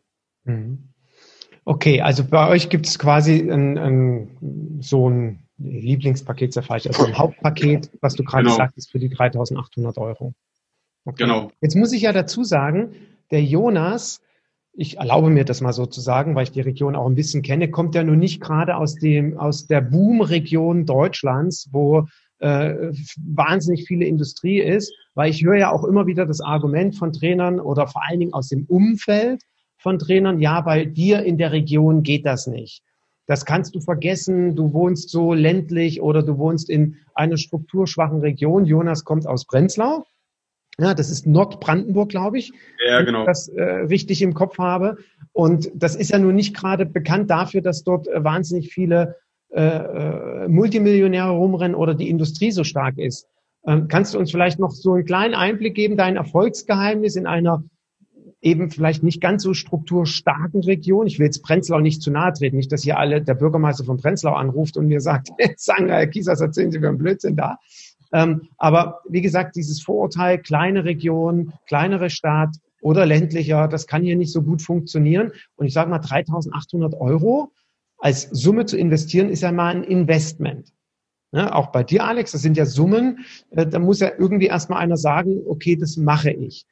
Okay, also bei euch gibt es quasi so ein Lieblingspaket, sehr falsch, also ein Hauptpaket, was du gerade sagtest, für die 3.800 Euro. Okay. Genau. Jetzt muss ich ja dazu sagen, der Jonas, ich erlaube mir das mal so zu sagen, weil ich die Region auch ein bisschen kenne, kommt ja nun nicht gerade aus der Boom-Region Deutschlands, wo wahnsinnig viele Industrie ist, weil ich höre ja auch immer wieder das Argument von Trainern oder vor allen Dingen aus dem Umfeld von Trainern, ja, bei dir in der Region geht das nicht. Das kannst du vergessen, du wohnst so ländlich oder du wohnst in einer strukturschwachen Region. Jonas kommt aus Prenzlau. Ja, das ist Nordbrandenburg, glaube ich. Ja, genau. Wenn ich das richtig im Kopf habe. Und das ist ja nun nicht gerade bekannt dafür, dass dort wahnsinnig viele Multimillionäre rumrennen oder die Industrie so stark ist. Kannst du uns vielleicht noch so einen kleinen Einblick geben, dein Erfolgsgeheimnis in einer eben vielleicht nicht ganz so strukturstarken Region? Ich will jetzt Prenzlau nicht zu nahe treten, nicht, dass hier der Bürgermeister von Prenzlau anruft und mir sagt, sagen, Herr Kiesers, erzählen Sie mir einen Blödsinn da. Aber wie gesagt, dieses Vorurteil, kleine Region, kleinere Stadt oder ländlicher, das kann hier nicht so gut funktionieren. Und ich sage mal, 3.800 Euro als Summe zu investieren, ist ja mal ein Investment. Ja, auch bei dir, Alex, das sind ja Summen, da muss ja irgendwie erstmal einer sagen, okay, das mache ich.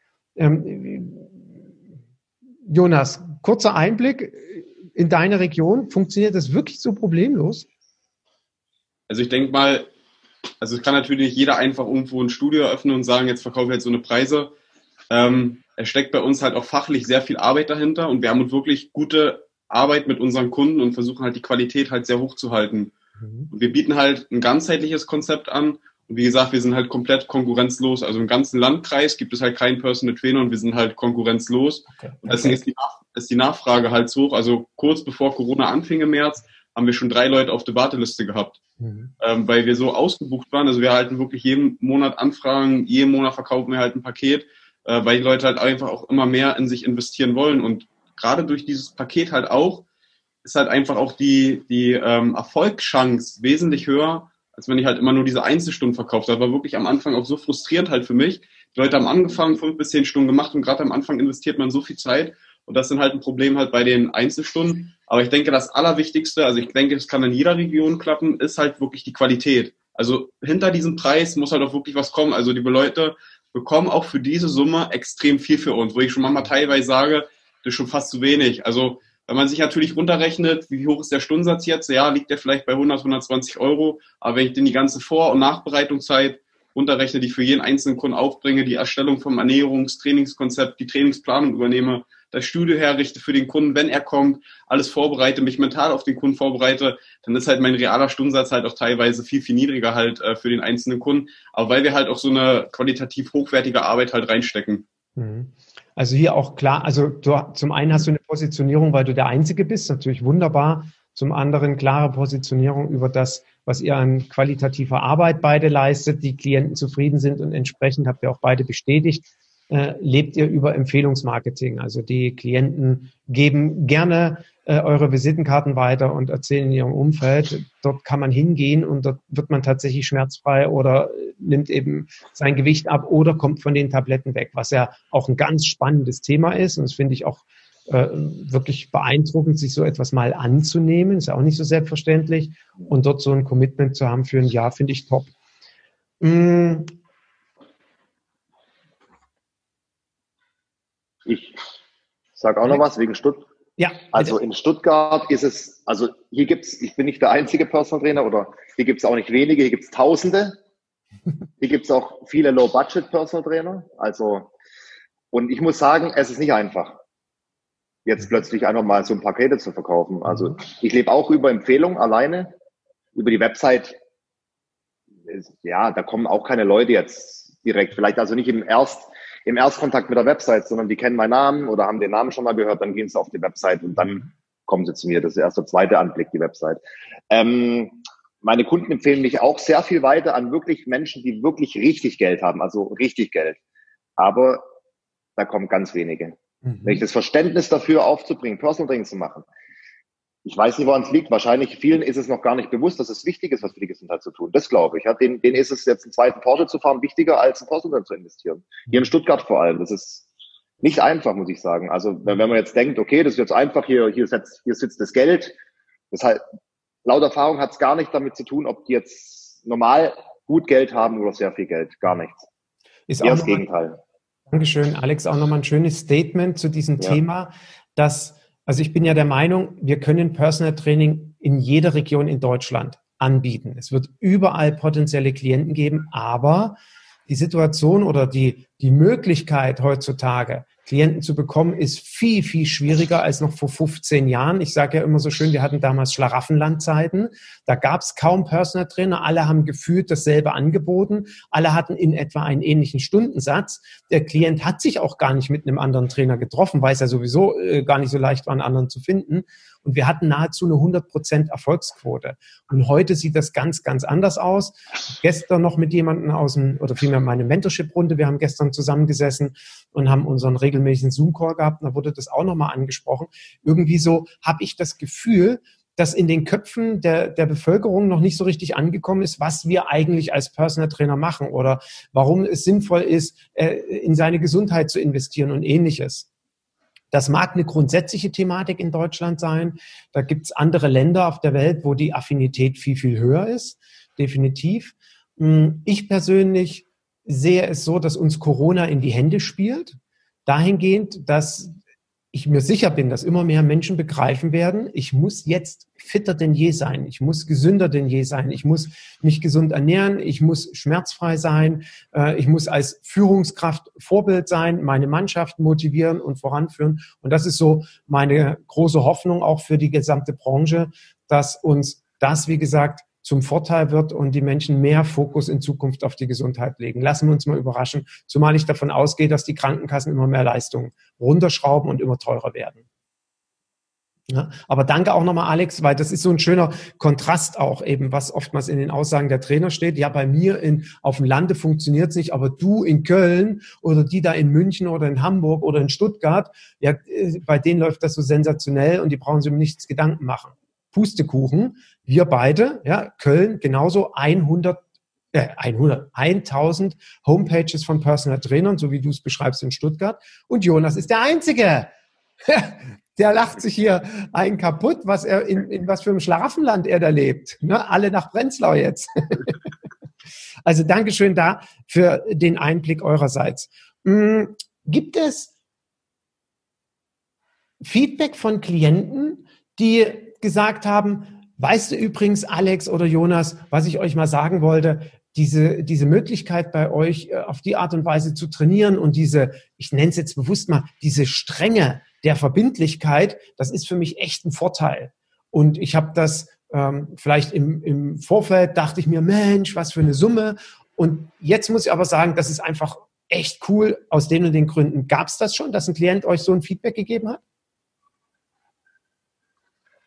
Jonas, kurzer Einblick in deine Region. Funktioniert das wirklich so problemlos? Also ich denke mal, es kann natürlich nicht jeder einfach irgendwo ein Studio eröffnen und sagen, jetzt verkaufe ich jetzt so eine Preise. Es steckt bei uns halt auch fachlich sehr viel Arbeit dahinter, und wir haben wirklich gute Arbeit mit unseren Kunden und versuchen halt die Qualität halt sehr hoch zu halten. Und wir bieten halt ein ganzheitliches Konzept an. Und wie gesagt, wir sind halt komplett konkurrenzlos. Also im ganzen Landkreis gibt es halt keinen Personal Trainer und wir sind halt konkurrenzlos. Okay. Und deswegen ist die Nachfrage halt so hoch. Also kurz bevor Corona anfing im März, haben wir schon 3 Leute auf der Warteliste gehabt, weil wir so ausgebucht waren. Also wir erhalten wirklich jeden Monat Anfragen, jeden Monat verkaufen wir halt ein Paket, weil die Leute halt einfach auch immer mehr in sich investieren wollen. Und gerade durch dieses Paket halt auch, ist halt einfach auch die Erfolgschance wesentlich höher, als wenn ich halt immer nur diese Einzelstunden verkauft habe. Das war wirklich am Anfang auch so frustrierend halt für mich. Die Leute haben angefangen, 5 bis 10 Stunden gemacht, und gerade am Anfang investiert man so viel Zeit. Und das ist dann halt ein Problem halt bei den Einzelstunden. Aber ich denke, das Allerwichtigste, also ich denke, es kann in jeder Region klappen, ist halt wirklich die Qualität. Also hinter diesem Preis muss halt auch wirklich was kommen. Also die Leute bekommen auch für diese Summe extrem viel für uns, wo ich schon manchmal teilweise sage, das ist schon fast zu wenig. Also wenn man sich natürlich runterrechnet, wie hoch ist der Stundensatz jetzt? Ja, liegt der vielleicht bei 100, 120 Euro. Aber wenn ich denn die ganze Vor- und Nachbereitungszeit runterrechne, die ich für jeden einzelnen Kunden aufbringe, die Erstellung vom Ernährungstrainingskonzept, die Trainingsplanung übernehme, das Studio herrichte für den Kunden, wenn er kommt, alles vorbereite, mich mental auf den Kunden vorbereite, dann ist halt mein realer Stundensatz halt auch teilweise viel, viel niedriger halt für den einzelnen Kunden. Aber weil wir halt auch so eine qualitativ hochwertige Arbeit halt reinstecken. Also hier auch klar, also zum einen hast du eine Positionierung, weil du der Einzige bist, natürlich wunderbar, Zum anderen klare Positionierung über das, was ihr an qualitativer Arbeit beide leistet, die Klienten zufrieden sind und entsprechend habt ihr auch beide bestätigt, lebt ihr über Empfehlungsmarketing. Also die Klienten geben gerne eure Visitenkarten weiter und erzählen in ihrem Umfeld. Dort kann man hingehen und dort wird man tatsächlich schmerzfrei oder nimmt eben sein Gewicht ab oder kommt von den Tabletten weg, was ja auch ein ganz spannendes Thema ist. Und das finde ich auch wirklich beeindruckend, sich so etwas mal anzunehmen. Ist ja auch nicht so selbstverständlich. Und dort so ein Commitment zu haben für ein Jahr, finde ich top. Ich sage auch noch was wegen Stuttgart. Ja. Also in Stuttgart ist es, also hier gibt's, ich bin nicht der einzige Personal Trainer oder hier gibt's auch nicht wenige, hier gibt's Tausende. Hier gibt's auch viele Low-Budget Personal Trainer. Also, und ich muss sagen, es ist nicht einfach, jetzt plötzlich einfach mal so ein Pakete zu verkaufen. Also ich lebe auch über Empfehlungen alleine, über die Website. Ja, da kommen auch keine Leute jetzt direkt, vielleicht also nicht im Erstkontakt mit der Website, sondern die kennen meinen Namen oder haben den Namen schon mal gehört, dann gehen sie auf die Website und dann kommen sie zu mir. Das ist erst der zweite Anblick, die Website. Meine Kunden empfehlen mich auch sehr viel weiter an wirklich Menschen, die wirklich richtig Geld haben, also richtig Geld. Aber da kommen ganz wenige. Wenn ich das Verständnis dafür aufzubringen, Personal Training zu machen, ich weiß nicht, woran es liegt. Wahrscheinlich vielen ist es noch gar nicht bewusst, dass es wichtig ist, was für die Gesundheit zu tun. Das glaube ich. Ja. Denen ist es jetzt einen zweiten Porsche zu fahren wichtiger, als ein Personal zu investieren. Hier in Stuttgart vor allem. Das ist nicht einfach, muss ich sagen. Also wenn man jetzt denkt, okay, das ist jetzt einfach, hier sitzt das Geld. Das halt, laut Erfahrung hat es gar nicht damit zu tun, ob die jetzt normal gut Geld haben oder sehr viel Geld. Gar nichts. Ist eher auch das Gegenteil. Dankeschön, Alex. Auch nochmal ein schönes Statement zu diesem Thema, dass, also ich bin ja der Meinung, wir können Personal Training in jeder Region in Deutschland anbieten. Es wird überall potenzielle Klienten geben, aber die Situation oder die Möglichkeit heutzutage, Klienten zu bekommen, ist viel, viel schwieriger als noch vor 15 Jahren. Ich sage ja immer so schön, wir hatten damals Schlaraffenlandzeiten. Da gab es kaum Personal Trainer. Alle haben gefühlt dasselbe angeboten. Alle hatten in etwa einen ähnlichen Stundensatz. Der Klient hat sich auch gar nicht mit einem anderen Trainer getroffen, weil es ja sowieso gar nicht so leicht war, einen anderen zu finden. Und wir hatten nahezu eine 100% Erfolgsquote. Und heute sieht das ganz, ganz anders aus. Gestern noch mit jemandem oder vielmehr meine Mentorship-Runde. Wir haben gestern zusammengesessen und haben unseren regelmäßigen Zoom-Call gehabt. Und da wurde das auch nochmal angesprochen. Irgendwie so habe ich das Gefühl, dass in den Köpfen der Bevölkerung noch nicht so richtig angekommen ist, was wir eigentlich als Personal Trainer machen oder warum es sinnvoll ist, in seine Gesundheit zu investieren und Ähnliches. Das mag eine grundsätzliche Thematik in Deutschland sein. Da gibt es andere Länder auf der Welt, wo die Affinität viel, viel höher ist. Definitiv. Ich persönlich sehe es so, dass uns Corona in die Hände spielt. Dahingehend, dass ich mir sicher bin, dass immer mehr Menschen begreifen werden, ich muss jetzt fitter denn je sein, ich muss gesünder denn je sein, ich muss mich gesund ernähren, ich muss schmerzfrei sein, ich muss als Führungskraft Vorbild sein, meine Mannschaft motivieren und voranführen. Und das ist so meine große Hoffnung auch für die gesamte Branche, dass uns das, wie gesagt, zum Vorteil wird und die Menschen mehr Fokus in Zukunft auf die Gesundheit legen. Lassen wir uns mal überraschen, zumal ich davon ausgehe, dass die Krankenkassen immer mehr Leistungen runterschrauben und immer teurer werden. Ja, aber danke auch nochmal, Alex, weil das ist so ein schöner Kontrast auch eben, was oftmals in den Aussagen der Trainer steht. Ja, bei mir auf dem Lande funktioniert es nicht, aber du in Köln oder die da in München oder in Hamburg oder in Stuttgart, ja, bei denen läuft das so sensationell und die brauchen sich um nichts Gedanken machen. Pustekuchen, wir beide, ja, Köln genauso 1000 Homepages von Personal Trainern, so wie du es beschreibst in Stuttgart. Und Jonas ist der Einzige. Der lacht sich hier einen kaputt, was er in was für einem Schlaraffenland er da lebt. Ne? Alle nach Prenzlau jetzt. Also Dankeschön da für den Einblick eurerseits. Gibt es Feedback von Klienten, die gesagt haben, weißt du übrigens, Alex oder Jonas, was ich euch mal sagen wollte, diese Möglichkeit bei euch auf die Art und Weise zu trainieren und ich nenne es jetzt bewusst mal, diese Strenge der Verbindlichkeit, das ist für mich echt ein Vorteil. Und ich habe das vielleicht im Vorfeld, dachte ich mir, Mensch, was für eine Summe. Und jetzt muss ich aber sagen, das ist einfach echt cool aus den und den Gründen. Gab es das schon, dass ein Klient euch so ein Feedback gegeben hat?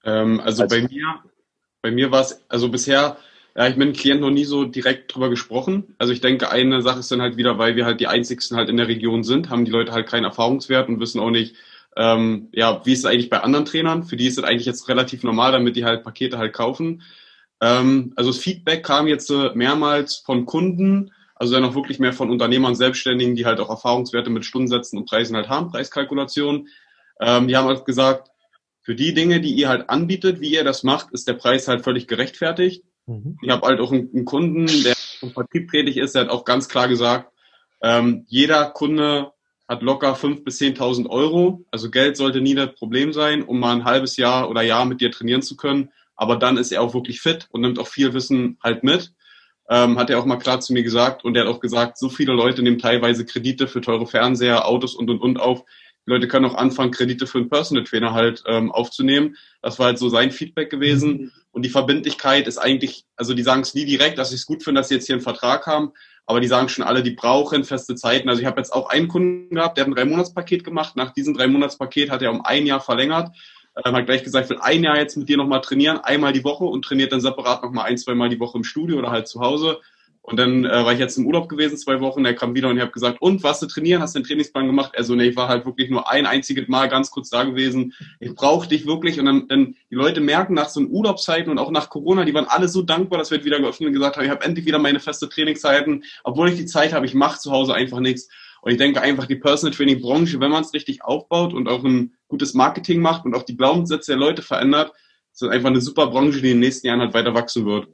Also bei mir war es, also bisher, ja, ich mit dem Klient noch nie so direkt drüber gesprochen. Also ich denke, eine Sache ist dann halt wieder, weil wir halt die einzigsten halt in der Region sind, haben die Leute halt keinen Erfahrungswert und wissen auch nicht, ja, wie ist es eigentlich bei anderen Trainern? Für die ist es eigentlich jetzt relativ normal, damit die halt Pakete halt kaufen. Also das Feedback kam jetzt mehrmals von Kunden, also dann auch wirklich mehr von Unternehmern, Selbstständigen, die halt auch Erfahrungswerte mit Stundensätzen und Preisen halt haben, Preiskalkulation. Die haben halt gesagt, für die Dinge, die ihr halt anbietet, wie ihr das macht, ist der Preis halt völlig gerechtfertigt. Ich habe halt auch einen Kunden, der im Vertrieb tätig ist, der hat auch ganz klar gesagt, jeder Kunde hat locker 5.000 bis 10.000 Euro. Also Geld sollte nie das Problem sein, um mal ein halbes Jahr oder Jahr mit dir trainieren zu können. Aber dann ist er auch wirklich fit und nimmt auch viel Wissen halt mit. Hat er auch mal klar zu mir gesagt. Und er hat auch gesagt, so viele Leute nehmen teilweise Kredite für teure Fernseher, Autos und auf. Die Leute können auch anfangen, Kredite für einen Personal Trainer halt aufzunehmen. Das war halt so sein Feedback gewesen. Und die Verbindlichkeit ist eigentlich, also die sagen es nie direkt, dass ich es gut finde, dass sie jetzt hier einen Vertrag haben, aber die sagen schon alle, die brauchen feste Zeiten. Also ich habe jetzt auch einen Kunden gehabt, der hat ein 3-Monats-Paket gemacht. Nach diesem 3-Monats-Paket hat er um ein Jahr verlängert. Hat gleich gesagt, ich will ein Jahr jetzt mit dir nochmal trainieren, einmal die Woche und trainiert dann separat nochmal 1-2 Mal die Woche im Studio oder halt zu Hause. Und dann war ich jetzt im Urlaub gewesen, 2 Wochen, er kam wieder und ich habe gesagt, und, warst du trainieren, hast du den Trainingsplan gemacht? Er so, nee, ich war halt wirklich nur ein einziges Mal ganz kurz da gewesen, ich brauche dich wirklich. Und dann die Leute merken nach so einen Urlaubszeiten und auch nach Corona, die waren alle so dankbar, dass wir jetzt wieder geöffnet und gesagt haben, ich habe endlich wieder meine feste Trainingszeiten, obwohl ich die Zeit habe, ich mache zu Hause einfach nichts. Und ich denke einfach, die Personal Training Branche, wenn man es richtig aufbaut und auch ein gutes Marketing macht und auch die Glaubenssätze der Leute verändert, ist das einfach eine super Branche, die in den nächsten Jahren halt weiter wachsen wird.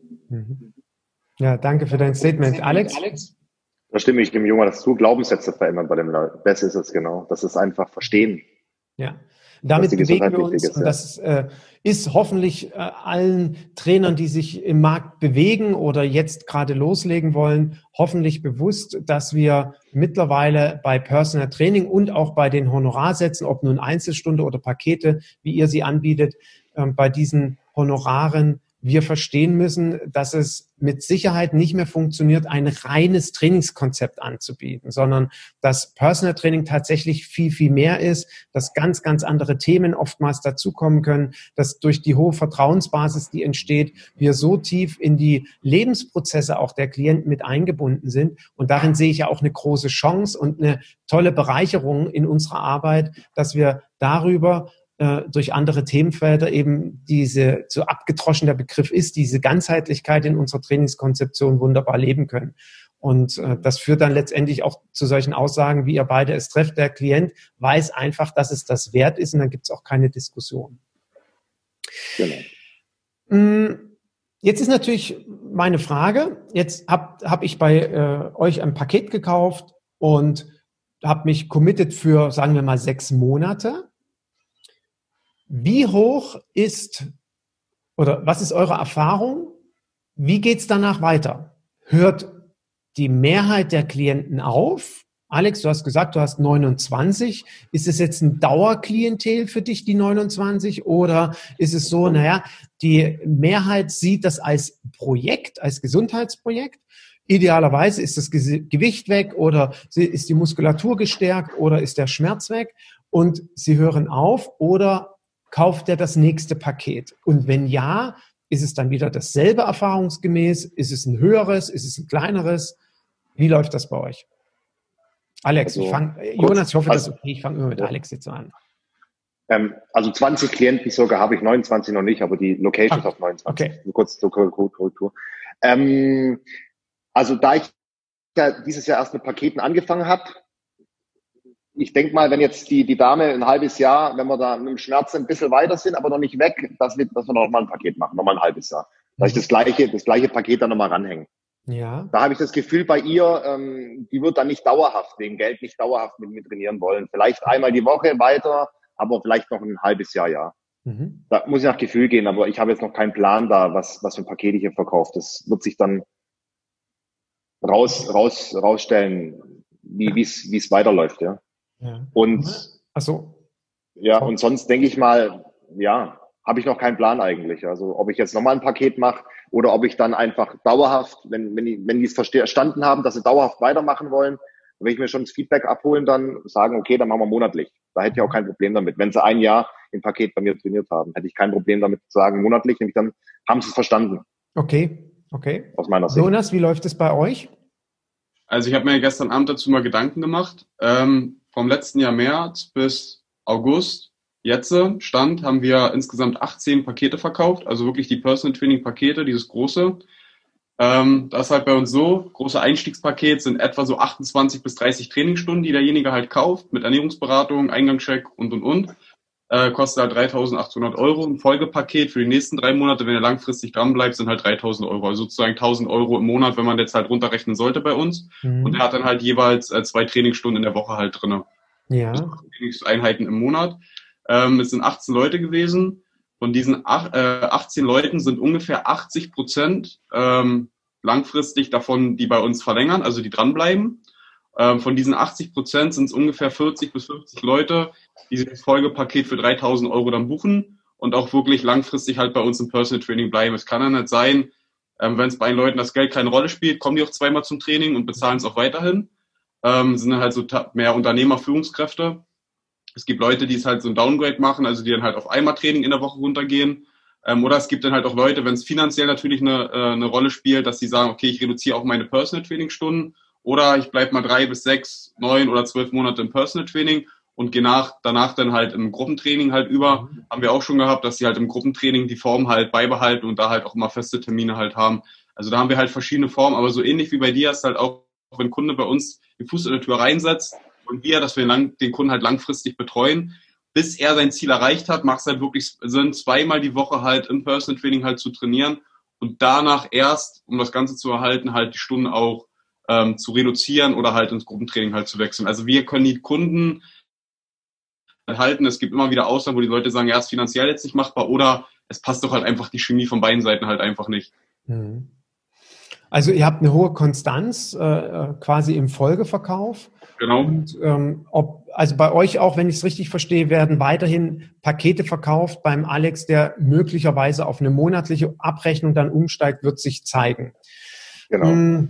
Ja, danke für dein Statement. Alex? Da stimme ich dem Jungen dazu. Glaubenssätze verändern bei dem Leuten. Das ist es genau. Das ist einfach verstehen. Ja, damit bewegen wir uns. Und das ist hoffentlich allen Trainern, die sich im Markt bewegen oder jetzt gerade loslegen wollen, hoffentlich bewusst, dass wir mittlerweile bei Personal Training und auch bei den Honorarsätzen, ob nun Einzelstunde oder Pakete, wie ihr sie anbietet, bei diesen Honoraren wir verstehen müssen, dass es mit Sicherheit nicht mehr funktioniert, ein reines Trainingskonzept anzubieten, sondern dass Personal Training tatsächlich viel, viel mehr ist, dass ganz, ganz andere Themen oftmals dazukommen können, dass durch die hohe Vertrauensbasis, die entsteht, wir so tief in die Lebensprozesse auch der Klienten mit eingebunden sind. Und darin sehe ich ja auch eine große Chance und eine tolle Bereicherung in unserer Arbeit, dass wir darüber durch andere Themenfelder eben diese, so abgedroschen der Begriff ist, diese Ganzheitlichkeit in unserer Trainingskonzeption wunderbar leben können. Und das führt dann letztendlich auch zu solchen Aussagen, wie ihr beide es trefft. Der Klient weiß einfach, dass es das wert ist und dann gibt es auch keine Diskussion. Genau. Jetzt ist natürlich meine Frage, jetzt hab ich bei euch ein Paket gekauft und habe mich committed für, sagen wir mal, 6 Monate. Wie hoch ist oder was ist eure Erfahrung? Wie geht es danach weiter? Hört die Mehrheit der Klienten auf? Alex, du hast gesagt, du hast 29. Ist es jetzt ein Dauerklientel für dich, die 29? Oder ist es so, naja, die Mehrheit sieht das als Projekt, als Gesundheitsprojekt? Idealerweise ist das Gewicht weg oder ist die Muskulatur gestärkt oder ist der Schmerz weg? Und sie hören auf oder kauft er das nächste Paket? Und wenn ja, ist es dann wieder dasselbe erfahrungsgemäß? Ist es ein höheres? Ist es ein kleineres? Wie läuft das bei euch? Alex, also, Jonas, ich hoffe, das ist okay. Ich fange immer mit Alex jetzt an. Also 20 Klienten sogar habe ich, 29 noch nicht, aber die Locations auf 29. Okay. Kurz zur Korrektur. Also da ich ja dieses Jahr erst mit Paketen angefangen habe, ich denke mal, wenn jetzt die Dame ein halbes Jahr, wenn wir da mit dem Schmerz ein bisschen weiter sind, aber noch nicht weg, dass wir nochmal ein Paket machen, nochmal ein halbes Jahr. Dass ich das gleiche Paket dann nochmal ranhängen. Ja. Da habe ich das Gefühl bei ihr, die wird dann nicht dauerhaft, wegen Geld nicht dauerhaft mit mir trainieren wollen. Vielleicht einmal die Woche weiter, aber vielleicht noch ein halbes Jahr, ja. Da muss ich nach Gefühl gehen, aber ich habe jetzt noch keinen Plan da, was für ein Paket ich hier verkaufe. Das wird sich dann rausstellen, wie es weiterläuft, ja. Und ach so. Ja, und sonst denke ich mal, ja, habe ich noch keinen Plan eigentlich. Also ob ich jetzt nochmal ein Paket mache oder ob ich dann einfach dauerhaft, wenn die es verstanden haben, dass sie dauerhaft weitermachen wollen, Und wenn ich mir schon das Feedback abholen, dann sagen, okay, dann machen wir monatlich. Da hätte ich auch kein Problem damit. Wenn sie ein Jahr im Paket bei mir trainiert haben, hätte ich kein Problem damit zu sagen, monatlich, nämlich dann haben sie es verstanden. Okay. Aus meiner Sicht. Jonas, wie läuft es bei euch? Also ich habe mir gestern Abend dazu mal Gedanken gemacht. Vom letzten Jahr März bis August, jetzt Stand, haben wir insgesamt 18 Pakete verkauft. Also wirklich die Personal Training Pakete, dieses große. Das ist halt bei uns so, große Einstiegspaket sind etwa so 28 bis 30 Trainingsstunden, die derjenige halt kauft, mit Ernährungsberatung, Eingangscheck und. Kostet halt 3.800 Euro. Ein Folgepaket für die nächsten 3 Monate, wenn er langfristig dran bleibt, sind halt 3.000 Euro. Also sozusagen 1.000 Euro im Monat, wenn man jetzt halt runterrechnen sollte bei uns. Und er hat dann halt jeweils 2 Trainingsstunden in der Woche halt drinne. Ja. Trainingseinheiten im Monat. Es sind 18 Leute gewesen. Von diesen 18 Leuten sind ungefähr 80% langfristig davon, die bei uns verlängern, also die dranbleiben. Von diesen 80% sind es ungefähr 40 bis 50 Leute, die sich das Folgepaket für 3.000 Euro dann buchen und auch wirklich langfristig halt bei uns im Personal Training bleiben. Es kann ja nicht sein, wenn es bei den Leuten das Geld keine Rolle spielt, kommen die auch zweimal zum Training und bezahlen es auch weiterhin. Sind dann halt so mehr Unternehmer-Führungskräfte. Es gibt Leute, die es halt so ein Downgrade machen, also die dann halt auf einmal Training in der Woche runtergehen. Oder es gibt dann halt auch Leute, wenn es finanziell natürlich eine Rolle spielt, dass die sagen, okay, ich reduziere auch meine Personal Training Stunden oder ich bleibe mal 3 bis 6, 9 oder 12 Monate im Personal Training und gehe danach dann halt im Gruppentraining halt über. Haben wir auch schon gehabt, dass sie halt im Gruppentraining die Form halt beibehalten und da halt auch immer feste Termine halt haben. Also da haben wir halt verschiedene Formen, aber so ähnlich wie bei dir ist halt auch, wenn ein Kunde bei uns den Fuß in der Tür reinsetzt und dass wir den Kunden halt langfristig betreuen, bis er sein Ziel erreicht hat, macht es halt wirklich Sinn, 2-mal die Woche halt im Personal Training halt zu trainieren und danach erst, um das Ganze zu erhalten, halt die Stunden auch zu reduzieren oder halt ins Gruppentraining halt zu wechseln. Also wir können die Kunden halten. Es gibt immer wieder Ausnahmen, wo die Leute sagen, ja, ist finanziell jetzt nicht machbar oder es passt doch halt einfach die Chemie von beiden Seiten halt einfach nicht. Also ihr habt eine hohe Konstanz quasi im Folgeverkauf. Genau. Und also bei euch auch, wenn ich es richtig verstehe, werden weiterhin Pakete verkauft beim Alex, der möglicherweise auf eine monatliche Abrechnung dann umsteigt, wird sich zeigen. Genau.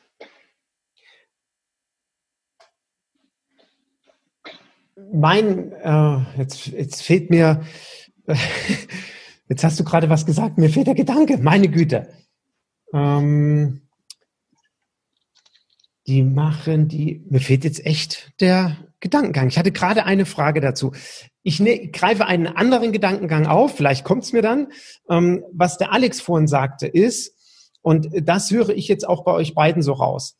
Jetzt fehlt mir, jetzt hast du gerade was gesagt, mir fehlt der Gedanke, meine Güte. Mir fehlt jetzt echt der Gedankengang. Ich hatte gerade eine Frage dazu. Ich greife einen anderen Gedankengang auf, vielleicht kommt es mir dann. Was der Alex vorhin sagte ist, und das höre ich jetzt auch bei euch beiden so raus,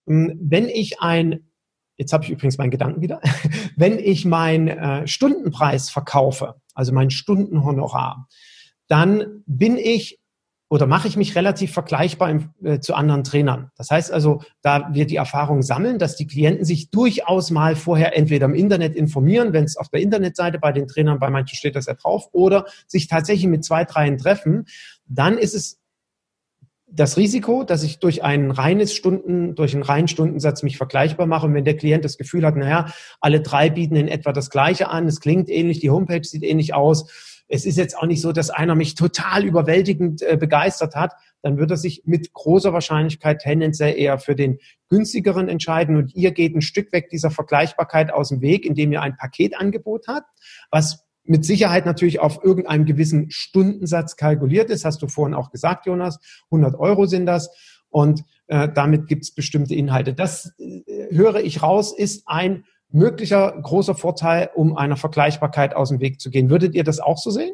jetzt habe ich übrigens meinen Gedanken wieder, wenn ich meinen Stundenpreis verkaufe, also mein Stundenhonorar, dann mache ich mich relativ vergleichbar zu anderen Trainern. Das heißt also, da wir die Erfahrung sammeln, dass die Klienten sich durchaus mal vorher entweder im Internet informieren, wenn es auf der Internetseite bei den Trainern, bei manchen steht das ja drauf, oder sich tatsächlich mit 2, 3 treffen, dann ist es das Risiko, dass ich durch einen reinen Stundensatz mich vergleichbar mache. Und wenn der Klient das Gefühl hat, alle 3 bieten in etwa das Gleiche an, es klingt ähnlich, die Homepage sieht ähnlich aus, es ist jetzt auch nicht so, dass einer mich total überwältigend begeistert hat, dann wird er sich mit großer Wahrscheinlichkeit tendenziell eher für den günstigeren entscheiden. Und ihr geht ein Stück weg dieser Vergleichbarkeit aus dem Weg, indem ihr ein Paketangebot habt, was mit Sicherheit natürlich auf irgendeinem gewissen Stundensatz kalkuliert ist, hast du vorhin auch gesagt, Jonas, 100 Euro sind das und damit gibt es bestimmte Inhalte. Das höre ich raus, ist ein möglicher großer Vorteil, um einer Vergleichbarkeit aus dem Weg zu gehen. Würdet ihr das auch so sehen?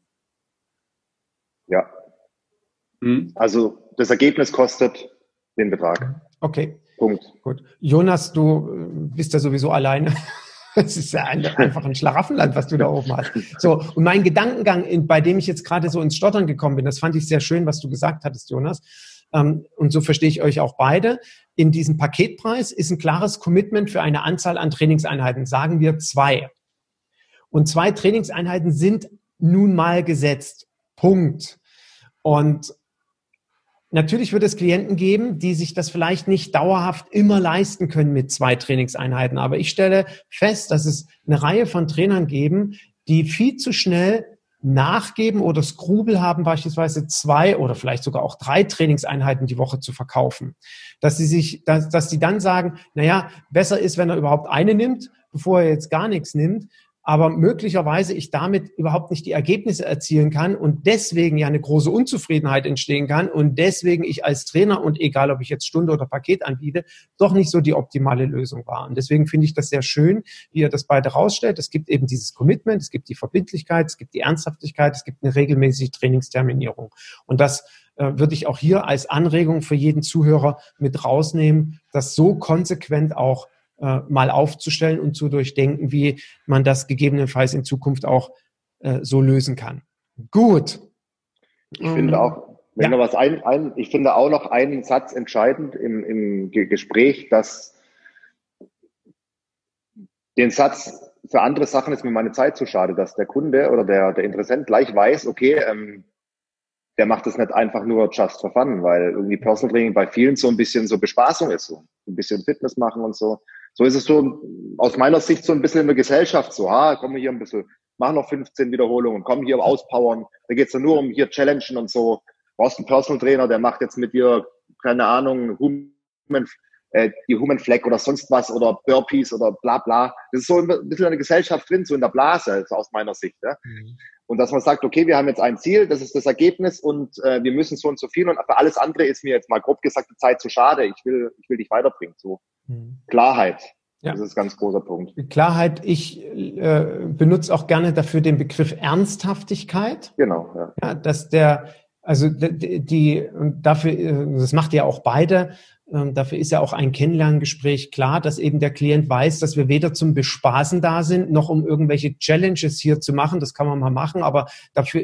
Ja. Also das Ergebnis kostet den Betrag. Okay. Punkt. Gut. Jonas, du bist ja sowieso alleine. Es ist ja einfach ein Schlaraffenland, was du da oben hast. So, und mein Gedankengang, bei dem ich jetzt gerade so ins Stottern gekommen bin, das fand ich sehr schön, was du gesagt hattest, Jonas. Und so verstehe ich euch auch beide. In diesem Paketpreis ist ein klares Commitment für eine Anzahl an Trainingseinheiten, sagen wir 2. Und 2 Trainingseinheiten sind nun mal gesetzt. Punkt. Und natürlich wird es Klienten geben, die sich das vielleicht nicht dauerhaft immer leisten können mit 2 Trainingseinheiten. Aber ich stelle fest, dass es eine Reihe von Trainern geben, die viel zu schnell nachgeben oder Skrupel haben, beispielsweise 2 oder vielleicht sogar auch 3 Trainingseinheiten die Woche zu verkaufen. Dass die dann sagen, naja, besser ist, wenn er überhaupt eine nimmt, bevor er jetzt gar nichts nimmt, aber möglicherweise ich damit überhaupt nicht die Ergebnisse erzielen kann und deswegen ja eine große Unzufriedenheit entstehen kann und deswegen ich als Trainer und egal, ob ich jetzt Stunde oder Paket anbiete, doch nicht so die optimale Lösung war. Und deswegen finde ich das sehr schön, wie ihr das beide rausstellt. Es gibt eben dieses Commitment, es gibt die Verbindlichkeit, es gibt die Ernsthaftigkeit, es gibt eine regelmäßige Trainingsterminierung. Und das würde ich auch hier als Anregung für jeden Zuhörer mit rausnehmen, das so konsequent auch mal aufzustellen und zu durchdenken, wie man das gegebenenfalls in Zukunft auch so lösen kann. Gut. Ich finde auch, wenn noch was ich finde auch noch einen Satz entscheidend im Gespräch, dass den Satz, für andere Sachen ist mir meine Zeit zu schade, dass der Kunde oder der Interessent gleich weiß, okay, der macht das nicht einfach nur just for fun, weil irgendwie Personal Training bei vielen so ein bisschen so Bespaßung ist, so ein bisschen Fitness machen und so. So ist es so aus meiner Sicht so ein bisschen in der Gesellschaft so, komm hier ein bisschen, mach noch 15 Wiederholungen, komm hier auspowern. Da geht's ja nur um hier challengen und so. Du brauchst einen Personal Trainer, der macht jetzt mit dir, keine Ahnung, die Human Flag oder sonst was oder Burpees oder bla bla. Das ist so ein bisschen in der Gesellschaft drin, so in der Blase, also aus meiner Sicht. Ja. Und dass man sagt, okay, wir haben jetzt ein Ziel, das ist das Ergebnis und wir müssen so und so viel und für alles andere ist mir jetzt mal grob gesagt die Zeit zu schade. Ich will dich weiterbringen. So Klarheit. Ja. Das ist ein ganz großer Punkt. Klarheit, ich benutze auch gerne dafür den Begriff Ernsthaftigkeit. Genau, ja. Ja, dass dafür, das macht ihr auch beide, dafür ist ja auch ein Kennenlerngespräch klar, dass eben der Klient weiß, dass wir weder zum Bespaßen da sind, noch um irgendwelche Challenges hier zu machen. Das kann man mal machen, aber dafür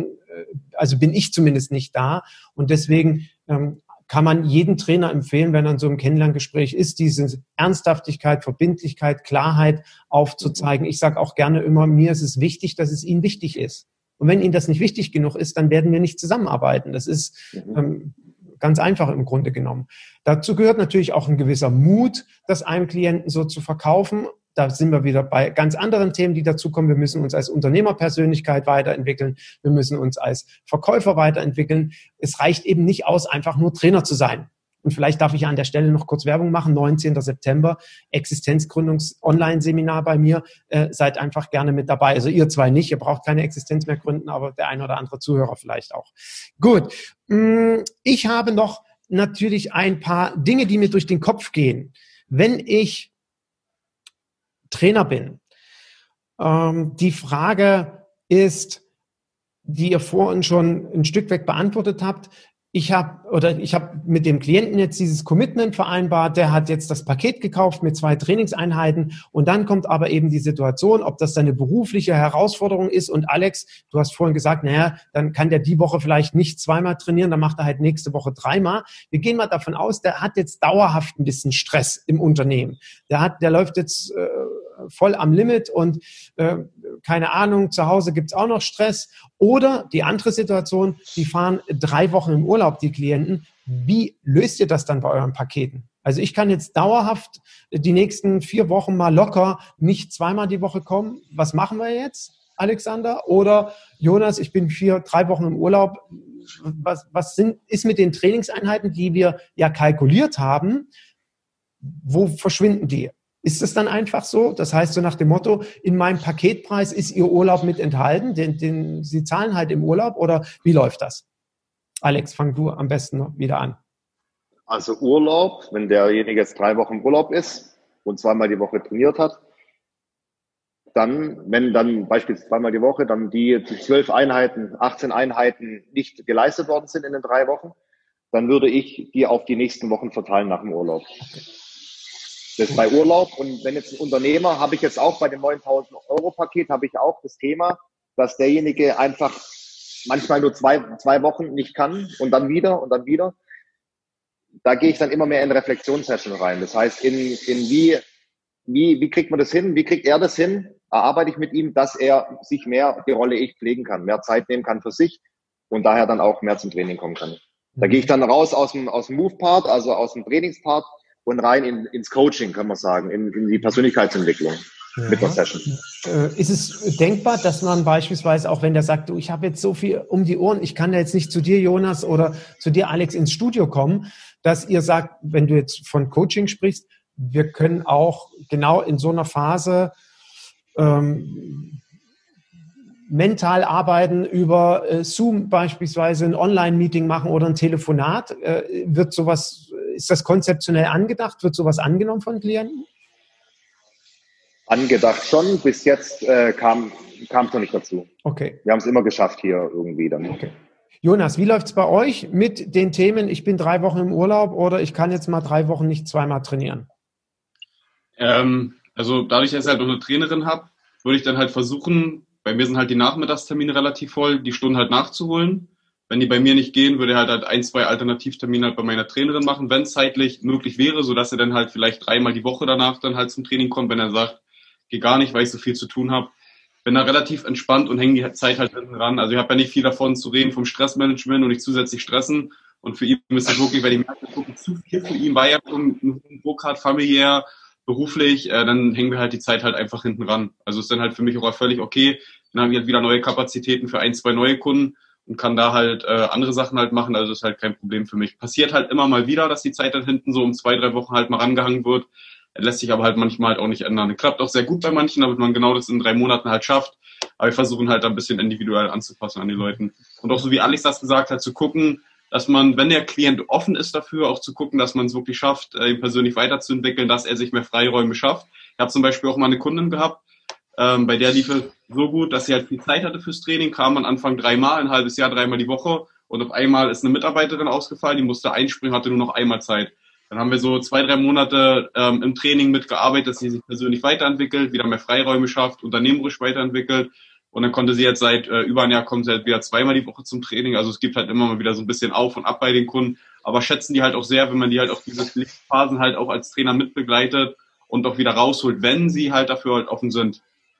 bin ich zumindest nicht da. Und deswegen kann man jeden Trainer empfehlen, wenn er in so einem Kennenlerngespräch ist, diese Ernsthaftigkeit, Verbindlichkeit, Klarheit aufzuzeigen. Ich sage auch gerne immer, mir ist es wichtig, dass es Ihnen wichtig ist. Und wenn Ihnen das nicht wichtig genug ist, dann werden wir nicht zusammenarbeiten. Das ist ganz einfach im Grunde genommen. Dazu gehört natürlich auch ein gewisser Mut, das einem Klienten so zu verkaufen. Da sind wir wieder bei ganz anderen Themen, die dazukommen. Wir müssen uns als Unternehmerpersönlichkeit weiterentwickeln. Wir müssen uns als Verkäufer weiterentwickeln. Es reicht eben nicht aus, einfach nur Trainer zu sein. Und vielleicht darf ich an der Stelle noch kurz Werbung machen. 19. September, Existenzgründungs-Online-Seminar bei mir. Seid einfach gerne mit dabei. Also ihr zwei nicht, ihr braucht keine Existenz mehr gründen, aber der ein oder andere Zuhörer vielleicht auch. Gut, ich habe noch natürlich ein paar Dinge, die mir durch den Kopf gehen. Wenn ich Trainer bin, die Frage ist, die ihr vorhin schon ein Stück weg beantwortet habt. Ich habe mit dem Klienten jetzt dieses Commitment vereinbart, der hat jetzt das Paket gekauft mit 2 Trainingseinheiten und dann kommt aber eben die Situation, ob das eine berufliche Herausforderung ist und Alex, du hast vorhin gesagt, naja, dann kann der die Woche vielleicht nicht 2-mal trainieren, dann macht er halt nächste Woche 3-mal. Wir gehen mal davon aus, der hat jetzt dauerhaft ein bisschen Stress im Unternehmen. Der läuft jetzt voll am Limit und keine Ahnung, zu Hause gibt's auch noch Stress. Oder die andere Situation, die fahren 3 Wochen im Urlaub, die Klienten. Wie löst ihr das dann bei euren Paketen? Also ich kann jetzt dauerhaft die nächsten 4 Wochen mal locker nicht 2-mal die Woche kommen. Was machen wir jetzt, Alexander? Oder Jonas, ich bin 3 Wochen im Urlaub. Was ist mit den Trainingseinheiten, die wir ja kalkuliert haben? Wo verschwinden die? Ist es dann einfach so? Das heißt so nach dem Motto, in meinem Paketpreis ist Ihr Urlaub mit enthalten, Sie zahlen halt im Urlaub oder wie läuft das? Alex, fang du am besten wieder an. Also Urlaub, wenn derjenige jetzt 3 Wochen im Urlaub ist und 2-mal die Woche trainiert hat, dann, wenn dann beispielsweise 2-mal die Woche, dann die 12 Einheiten, 18 Einheiten nicht geleistet worden sind in den 3 Wochen, dann würde ich die auf die nächsten Wochen verteilen nach dem Urlaub. Das ist bei Urlaub. Und wenn jetzt ein Unternehmer, habe ich jetzt auch bei dem 9.000-Euro-Paket, habe ich auch das Thema, dass derjenige einfach manchmal nur 2 Wochen nicht kann und dann wieder und dann wieder. Da gehe ich dann immer mehr in Reflexionssession rein. Das heißt, wie kriegt man das hin? Wie kriegt er das hin? Erarbeite ich mit ihm, dass er sich mehr die Rolle ich pflegen kann, mehr Zeit nehmen kann für sich und daher dann auch mehr zum Training kommen kann. Da gehe ich dann raus aus dem Move-Part, also aus dem Trainingspart, und rein ins Coaching, kann man sagen, in die Persönlichkeitsentwicklung. mit der Session. Ist es denkbar, dass man beispielsweise, auch wenn der sagt, du, ich habe jetzt so viel um die Ohren, ich kann ja jetzt nicht zu dir, Jonas, oder zu dir, Alex, ins Studio kommen, dass ihr sagt, wenn du jetzt von Coaching sprichst, wir können auch genau in so einer Phase mental arbeiten, über Zoom beispielsweise ein Online-Meeting machen oder ein Telefonat. Ist das konzeptionell angedacht? Wird sowas angenommen von Klienten? Angedacht schon, bis jetzt kam es noch nicht dazu. Okay. Wir haben es immer geschafft hier irgendwie dann. Okay. Jonas, wie läuft es bei euch mit den Themen, ich bin 3 Wochen im Urlaub oder ich kann jetzt mal 3 Wochen nicht zweimal trainieren? Also dadurch, dass ich halt noch eine Trainerin habe, würde ich dann halt versuchen, bei mir sind halt die Nachmittagstermine relativ voll, die Stunden halt nachzuholen. Wenn die bei mir nicht gehen, würde er halt 1, 2 Alternativtermine halt bei meiner Trainerin machen, wenn es zeitlich möglich wäre, sodass er dann halt vielleicht 3-mal die Woche danach dann halt zum Training kommt, wenn er sagt, geht gar nicht, weil ich so viel zu tun habe. Bin da relativ entspannt und hänge die Zeit halt hinten ran. Also ich habe ja nicht viel davon zu reden vom Stressmanagement und nicht zusätzlich stressen. Und für ihn ist es wirklich, weil die merken, zu viel für ihn, weil er schon einen Druck hat, familiär, beruflich, dann hängen wir halt die Zeit halt einfach hinten ran. Also ist dann halt für mich auch völlig okay. Dann habe ich halt wieder neue Kapazitäten für 1, 2 neue Kunden und kann da halt andere Sachen halt machen. Also ist halt kein Problem für mich. Passiert halt immer mal wieder, dass die Zeit dann hinten so um 2, 3 Wochen halt mal rangehangen wird. Lässt sich aber halt manchmal halt auch nicht ändern. Klappt auch sehr gut bei manchen, damit man genau das in 3 Monaten halt schafft. Aber wir versuchen halt ein bisschen individuell anzupassen an die Leuten. Und auch so wie Alex das gesagt hat, zu gucken, dass man, wenn der Klient offen ist dafür, auch zu gucken, dass man es wirklich schafft, ihn persönlich weiterzuentwickeln, dass er sich mehr Freiräume schafft. Ich habe zum Beispiel auch mal eine Kundin gehabt, bei der lief es so gut, dass sie halt viel Zeit hatte fürs Training, kam am Anfang 3-mal, ein halbes Jahr 3-mal die Woche und auf einmal ist eine Mitarbeiterin ausgefallen, die musste einspringen, hatte nur noch einmal Zeit. Dann haben wir so 2, 3 Monate im Training mitgearbeitet, dass sie sich persönlich weiterentwickelt, wieder mehr Freiräume schafft, unternehmerisch weiterentwickelt. Und dann konnte sie jetzt seit über ein Jahr, kommt sie halt wieder 2-mal die Woche zum Training. Also es gibt halt immer mal wieder so ein bisschen auf und ab bei den Kunden. Aber schätzen die halt auch sehr, wenn man die halt auch diese Phasen halt auch als Trainer mitbegleitet und auch wieder rausholt, wenn sie halt dafür halt offen sind.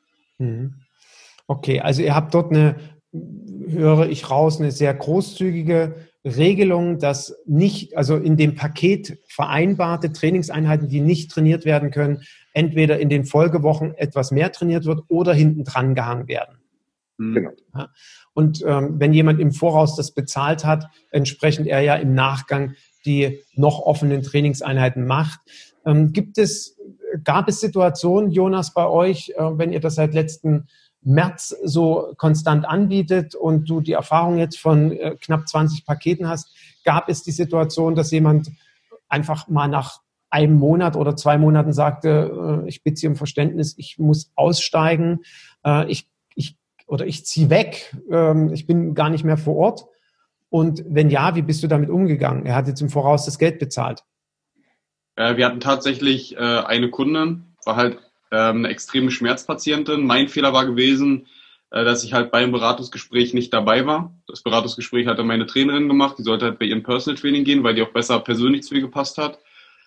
Okay, also ihr habt dort höre ich raus, eine sehr großzügige Regelung, dass nicht, also in dem Paket vereinbarte Trainingseinheiten, die nicht trainiert werden können, entweder in den Folgewochen etwas mehr trainiert wird oder hinten dran gehangen werden. Genau. Ja. Und wenn jemand im Voraus das bezahlt hat, entsprechend er ja im Nachgang die noch offenen Trainingseinheiten macht. Gab es Situationen, Jonas, bei euch, wenn ihr das seit letzten März so konstant anbietet und du die Erfahrung jetzt von knapp 20 Paketen hast, gab es die Situation, dass jemand einfach mal nach einem Monat oder 2 Monaten sagte, ich bitte Sie um Verständnis, ich muss aussteigen, ich ziehe weg, ich bin gar nicht mehr vor Ort? Und wenn ja, wie bist du damit umgegangen? Er hat jetzt im Voraus das Geld bezahlt. Wir hatten tatsächlich eine Kundin, war halt eine extreme Schmerzpatientin. Mein Fehler war gewesen, dass ich halt beim Beratungsgespräch nicht dabei war. Das Beratungsgespräch hatte meine Trainerin gemacht. Die sollte halt bei ihrem Personal Training gehen, weil die auch besser persönlich zu ihr gepasst hat.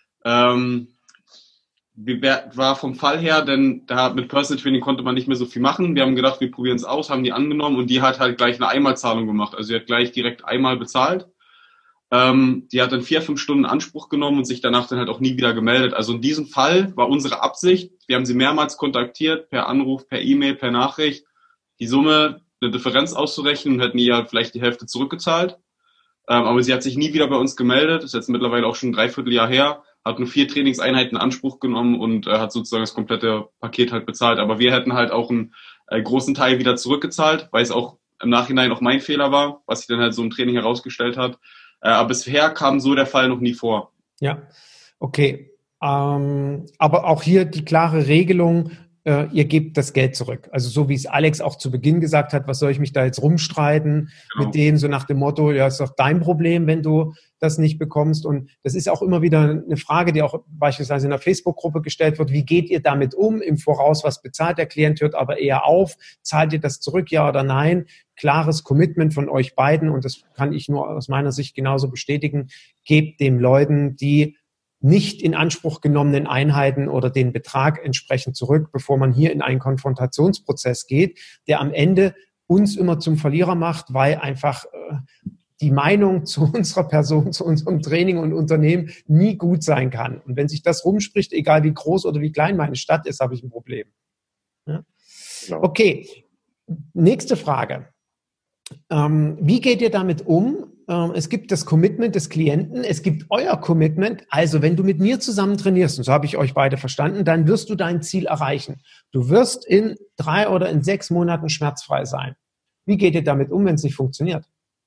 War vom Fall her, denn da mit Personal Training konnte man nicht mehr so viel machen. Wir haben gedacht, wir probieren es aus, haben die angenommen und die hat halt gleich eine Einmalzahlung gemacht. Also sie hat gleich direkt einmal bezahlt. Die hat dann 4, 5 Stunden in Anspruch genommen und sich danach dann halt auch nie wieder gemeldet. Also in diesem Fall war unsere Absicht, wir haben sie mehrmals kontaktiert, per Anruf, per E-Mail, per Nachricht, die Summe, eine Differenz auszurechnen und hätten ihr vielleicht die Hälfte zurückgezahlt. Aber sie hat sich nie wieder bei uns gemeldet, ist jetzt mittlerweile auch schon ein Dreivierteljahr her, hat nur 4 Trainingseinheiten in Anspruch genommen und hat sozusagen das komplette Paket halt bezahlt. Aber wir hätten halt auch einen großen Teil wieder zurückgezahlt, weil es auch im Nachhinein auch mein Fehler war, was sich dann halt so im Training herausgestellt hat. Aber bisher kam so der Fall noch nie vor. Ja, okay. Aber auch hier die klare Regelung, ihr gebt das Geld zurück. Also so wie es Alex auch zu Beginn gesagt hat, was soll ich mich da jetzt rumstreiten mit denen, so nach dem Motto, ja, ist doch dein Problem, wenn du das nicht bekommst. Und das ist auch immer wieder eine Frage, die auch beispielsweise in der Facebook-Gruppe gestellt wird. Wie geht ihr damit um? Im Voraus, was bezahlt der Klient, hört aber eher auf. Zahlt ihr das zurück, ja oder nein? Klares Commitment von euch beiden, und das kann ich nur aus meiner Sicht genauso bestätigen, gebt den Leuten die nicht in Anspruch genommenen Einheiten oder den Betrag entsprechend zurück, bevor man hier in einen Konfrontationsprozess geht, der am Ende uns immer zum Verlierer macht, weil einfach die Meinung zu unserer Person, zu unserem Training und Unternehmen nie gut sein kann. Und wenn sich das rumspricht, egal wie groß oder wie klein meine Stadt ist, habe ich ein Problem. Ja. Genau. Okay, nächste Frage. Wie geht ihr damit um? Es gibt das Commitment des Klienten, es gibt euer Commitment. Also wenn du mit mir zusammen trainierst, und so habe ich euch beide verstanden, dann wirst du dein Ziel erreichen. Du wirst in 3 oder in 6 Monaten schmerzfrei sein. Wie geht ihr damit um, wenn es nicht funktioniert?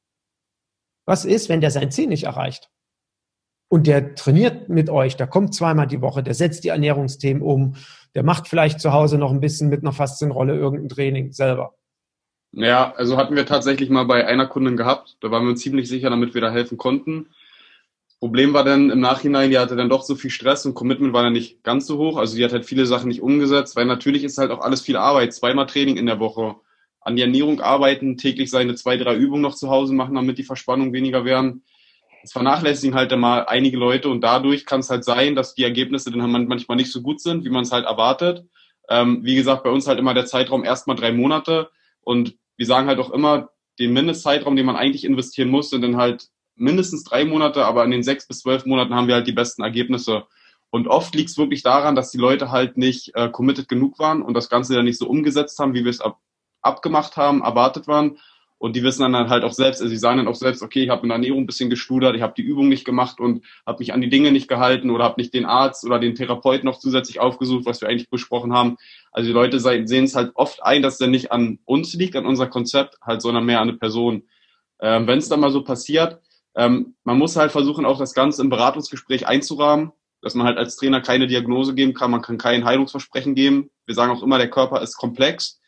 Was ist, wenn der sein Ziel nicht erreicht? Und der trainiert mit euch, der kommt 2-mal die Woche, der setzt die Ernährungsthemen um, der macht vielleicht zu Hause noch ein bisschen mit einer Faszienrolle irgendein Training selber. Ja, also hatten wir tatsächlich mal bei einer Kundin gehabt. Da waren wir uns ziemlich sicher, damit wir da helfen konnten. Problem war dann im Nachhinein, die hatte dann doch so viel Stress und Commitment war dann nicht ganz so hoch. Also die hat halt viele Sachen nicht umgesetzt, weil natürlich ist halt auch alles viel Arbeit. 2-mal Training in der Woche, an die Ernährung arbeiten, täglich seine 2-3 Übungen noch zu Hause machen, damit die Verspannungen weniger werden. Das vernachlässigen halt dann mal einige Leute und dadurch kann es halt sein, dass die Ergebnisse dann manchmal nicht so gut sind, wie man es halt erwartet. Wie gesagt, bei uns halt immer der Zeitraum erstmal 3 Monate. Und wir sagen halt auch immer, den Mindestzeitraum, den man eigentlich investieren muss, sind dann halt mindestens 3 Monate, aber in den 6 bis 12 Monaten haben wir halt die besten Ergebnisse. Und oft liegt es wirklich daran, dass die Leute halt nicht committed genug waren und das Ganze dann nicht so umgesetzt haben, wie wir es abgemacht haben, erwartet waren. Und die wissen dann halt auch selbst, also sie sagen dann auch selbst, okay, ich habe in der Ernährung ein bisschen gestudert, ich habe die Übung nicht gemacht und habe mich an die Dinge nicht gehalten oder habe nicht den Arzt oder den Therapeuten noch zusätzlich aufgesucht, was wir eigentlich besprochen haben. Also die Leute sehen es halt oft ein, dass es dann nicht an uns liegt, an unser Konzept, halt, sondern mehr an eine Person. Wenn es dann mal so passiert, man muss halt versuchen, auch das Ganze im Beratungsgespräch einzurahmen, dass man halt als Trainer keine Diagnose geben kann, man kann kein Heilungsversprechen geben. Wir sagen auch immer, der Körper ist komplex.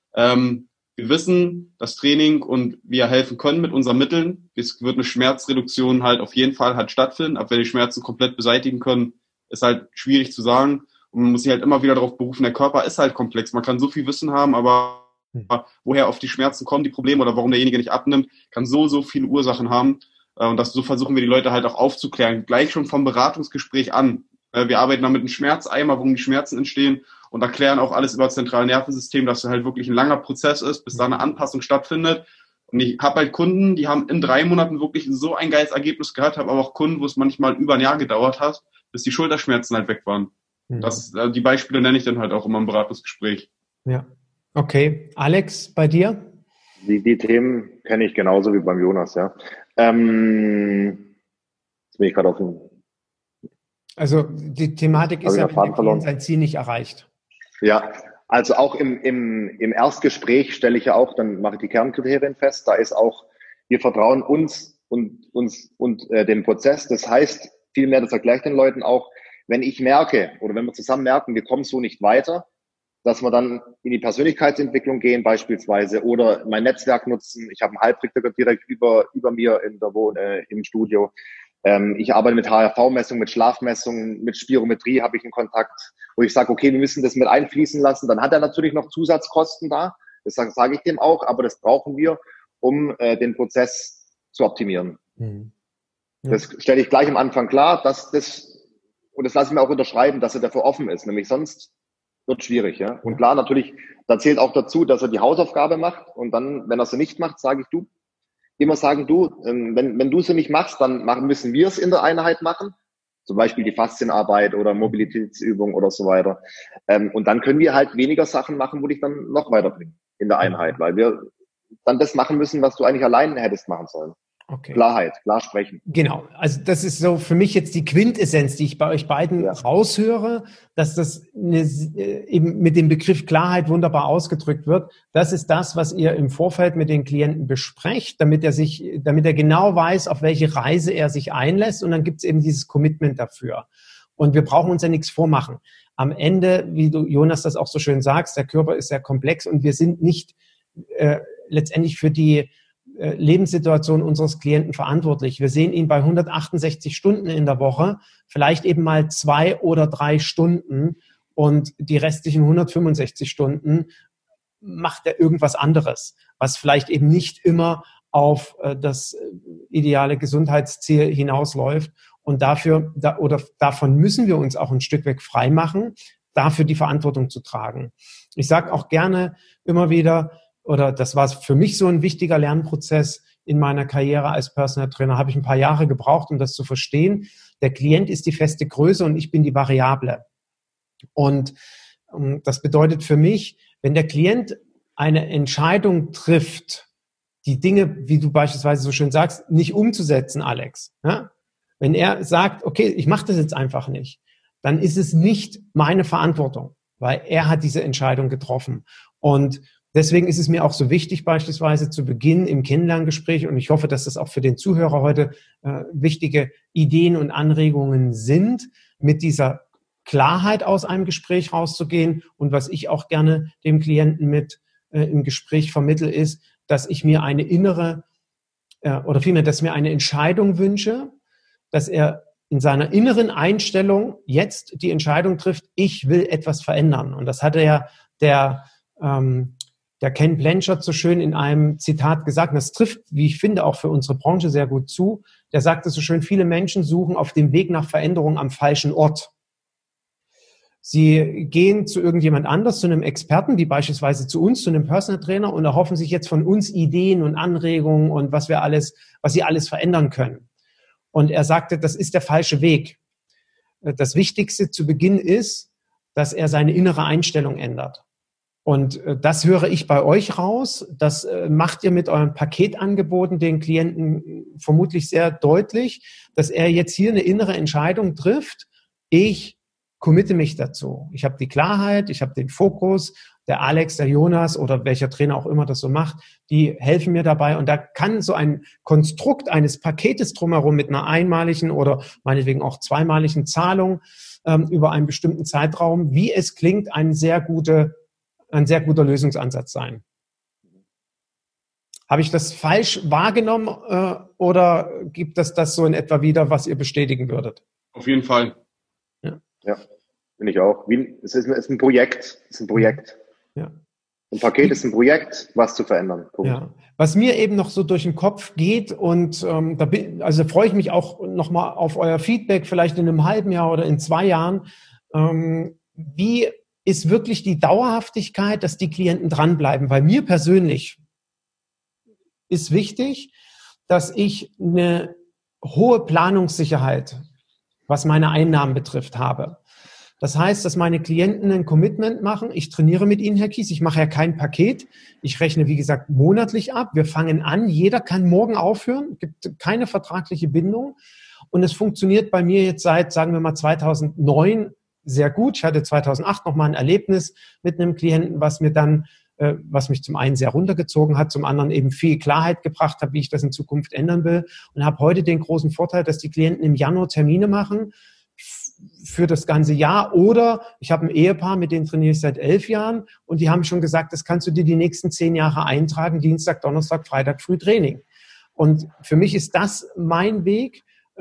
Wir wissen das Training und wir helfen können mit unseren Mitteln. Es wird eine Schmerzreduktion halt auf jeden Fall halt stattfinden. Ob wir die Schmerzen komplett beseitigen können, ist halt schwierig zu sagen. Und man muss sich halt immer wieder darauf berufen, der Körper ist halt komplex. Man kann so viel Wissen haben, aber woher auf die Schmerzen kommen, die Probleme oder warum derjenige nicht abnimmt, kann so viele Ursachen haben. Und so versuchen wir die Leute halt auch aufzuklären. Gleich schon vom Beratungsgespräch an. Wir arbeiten da mit einem Schmerzeimer, warum die Schmerzen entstehen und erklären auch alles über das zentrale Nervensystem, dass es halt wirklich ein langer Prozess ist, bis da eine Anpassung stattfindet. Und ich habe halt Kunden, die haben in 3 Monaten wirklich so ein geiles Ergebnis gehabt, habe aber auch Kunden, wo es manchmal über ein Jahr gedauert hat, bis die Schulterschmerzen halt weg waren. Die Beispiele nenne ich dann halt auch immer im Beratungsgespräch. Ja, okay. Alex, bei dir? Die Themen kenne ich genauso wie beim Jonas, ja. Jetzt bin ich gerade auf dem... Also die Thematik ist ja, wenn der Klient sein Ziel nicht erreicht. Ja, also auch im Erstgespräch stelle ich ja auch, dann mache ich die Kernkriterien fest. Da ist auch, wir vertrauen uns und dem Prozess. Das heißt, vielmehr, das erkläre ich den Leuten auch, wenn ich merke oder wenn wir zusammen merken, wir kommen so nicht weiter, dass wir dann in die Persönlichkeitsentwicklung gehen beispielsweise oder mein Netzwerk nutzen. Ich habe einen Heilpraktiker direkt über mir im Studio. Ich arbeite mit HRV-Messungen, mit Schlafmessungen, mit Spirometrie habe ich einen Kontakt, wo ich sage, okay, wir müssen das mit einfließen lassen. Dann hat er natürlich noch Zusatzkosten da. Das sage ich dem auch, aber das brauchen wir, um den Prozess zu optimieren. Mhm. Ja. Das stelle ich gleich am Anfang klar, und das lasse ich mir auch unterschreiben, dass er dafür offen ist. Nämlich sonst wird schwierig, ja. Und klar, natürlich, da zählt auch dazu, dass er die Hausaufgabe macht und dann, wenn er sie nicht macht, sage ich, immer sagen, wenn du sie nicht machst, dann müssen wir es in der Einheit machen. Zum Beispiel die Faszienarbeit oder Mobilitätsübung oder so weiter. Und dann können wir halt weniger Sachen machen, wo dich dann noch weiterbringen in der Einheit, weil wir dann das machen müssen, was du eigentlich allein hättest machen sollen. Okay. Klarheit, klar sprechen. Genau, also das ist so für mich jetzt die Quintessenz, die ich bei euch beiden raushöre, dass das eben mit dem Begriff Klarheit wunderbar ausgedrückt wird. Das ist das, was ihr im Vorfeld mit den Klienten besprecht, damit er genau weiß, auf welche Reise er sich einlässt, und dann gibt es eben dieses Commitment dafür. Und wir brauchen uns ja nichts vormachen. Am Ende, wie du, Jonas, das auch so schön sagst, der Körper ist sehr komplex und wir sind nicht letztendlich für die Lebenssituation unseres Klienten verantwortlich. Wir sehen ihn bei 168 Stunden in der Woche, vielleicht eben mal 2 oder 3 Stunden, und die restlichen 165 Stunden macht er irgendwas anderes, was vielleicht eben nicht immer auf das ideale Gesundheitsziel hinausläuft. Und davon müssen wir uns auch ein Stück weg frei machen, dafür die Verantwortung zu tragen. Ich sage auch gerne immer wieder, oder das war für mich so ein wichtiger Lernprozess in meiner Karriere als Personal Trainer, habe ich ein paar Jahre gebraucht, um das zu verstehen. Der Klient ist die feste Größe und ich bin die Variable. Und das bedeutet für mich, wenn der Klient eine Entscheidung trifft, die Dinge, wie du beispielsweise so schön sagst, nicht umzusetzen, Alex. Ja? Wenn er sagt, okay, ich mache das jetzt einfach nicht, dann ist es nicht meine Verantwortung, weil er hat diese Entscheidung getroffen. Und deswegen ist es mir auch so wichtig, beispielsweise zu Beginn im Kennenlerngespräch, und ich hoffe, dass das auch für den Zuhörer heute wichtige Ideen und Anregungen sind, mit dieser Klarheit aus einem Gespräch rauszugehen. Und was ich auch gerne dem Klienten mit im Gespräch vermittle, ist, dass ich mir eine innere, oder vielmehr, dass ich mir eine Entscheidung wünsche, dass er in seiner inneren Einstellung jetzt die Entscheidung trifft, ich will etwas verändern. Und das hatte ja der Ken Blanchard so schön in einem Zitat gesagt, und das trifft, wie ich finde, auch für unsere Branche sehr gut zu. Der sagte so schön, viele Menschen suchen auf dem Weg nach Veränderung am falschen Ort. Sie gehen zu irgendjemand anders, zu einem Experten, wie beispielsweise zu uns, zu einem Personal Trainer, und erhoffen sich jetzt von uns Ideen und Anregungen und was sie alles verändern können. Und er sagte, das ist der falsche Weg. Das Wichtigste zu Beginn ist, dass er seine innere Einstellung ändert. Und das höre ich bei euch raus. Das macht ihr mit euren Paketangeboten den Klienten vermutlich sehr deutlich, dass er jetzt hier eine innere Entscheidung trifft. Ich committe mich dazu. Ich habe die Klarheit, ich habe den Fokus. Der Alex, der Jonas oder welcher Trainer auch immer das so macht, die helfen mir dabei. Und da kann so ein Konstrukt eines Paketes drumherum mit einer einmaligen oder meinetwegen auch zweimaligen Zahlung über einen bestimmten Zeitraum, wie es klingt, ein sehr guter Lösungsansatz sein. Habe ich das falsch wahrgenommen oder gibt es das so in etwa wieder, was ihr bestätigen würdet? Auf jeden Fall. Ja, finde ich auch. Es ist ein Projekt. Ja. Ein Paket ist ein Projekt, was zu verändern. Punkt. Ja. Was mir eben noch so durch den Kopf geht und da freue ich mich auch nochmal auf euer Feedback, vielleicht in einem halben Jahr oder in 2 Jahren. Wie ist wirklich die Dauerhaftigkeit, dass die Klienten dranbleiben? Weil mir persönlich ist wichtig, dass ich eine hohe Planungssicherheit, was meine Einnahmen betrifft, habe. Das heißt, dass meine Klienten ein Commitment machen. Ich trainiere mit ihnen, Herr Kies. Ich mache ja kein Paket. Ich rechne, wie gesagt, monatlich ab. Wir fangen an. Jeder kann morgen aufhören. Es gibt keine vertragliche Bindung. Und es funktioniert bei mir jetzt seit, sagen wir mal, 2009 sehr gut. Ich hatte 2008 noch mal ein Erlebnis mit einem Klienten, was mich zum einen sehr runtergezogen hat, zum anderen eben viel Klarheit gebracht hat, wie ich das in Zukunft ändern will. Und habe heute den großen Vorteil, dass die Klienten im Januar Termine machen für das ganze Jahr. Oder ich habe ein Ehepaar, mit denen trainiere ich seit 11 Jahren und die haben schon gesagt, das kannst du dir die nächsten 10 Jahre eintragen, Dienstag, Donnerstag, Freitag, früh Training. Und für mich ist das mein Weg,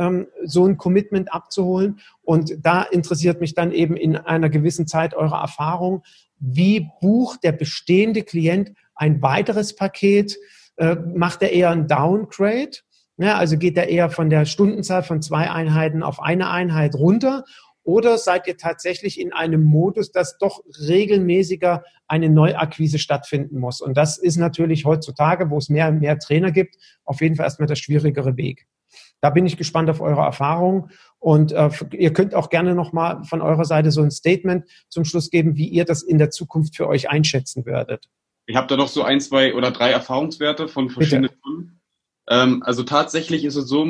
so ein Commitment abzuholen. Und da interessiert mich dann eben in einer gewissen Zeit eure Erfahrung. Wie bucht der bestehende Klient ein weiteres Paket? Macht er eher ein Downgrade? Ja, also geht er eher von der Stundenzahl von 2 Einheiten auf eine Einheit runter? Oder seid ihr tatsächlich in einem Modus, dass doch regelmäßiger eine Neuakquise stattfinden muss? Und das ist natürlich heutzutage, wo es mehr und mehr Trainer gibt, auf jeden Fall erstmal der schwierigere Weg. Da bin ich gespannt auf eure Erfahrung und ihr könnt auch gerne nochmal von eurer Seite so ein Statement zum Schluss geben, wie ihr das in der Zukunft für euch einschätzen werdet. Ich habe da doch so 1, 2 oder 3 Erfahrungswerte von verschiedenen Kunden. Also tatsächlich ist es so,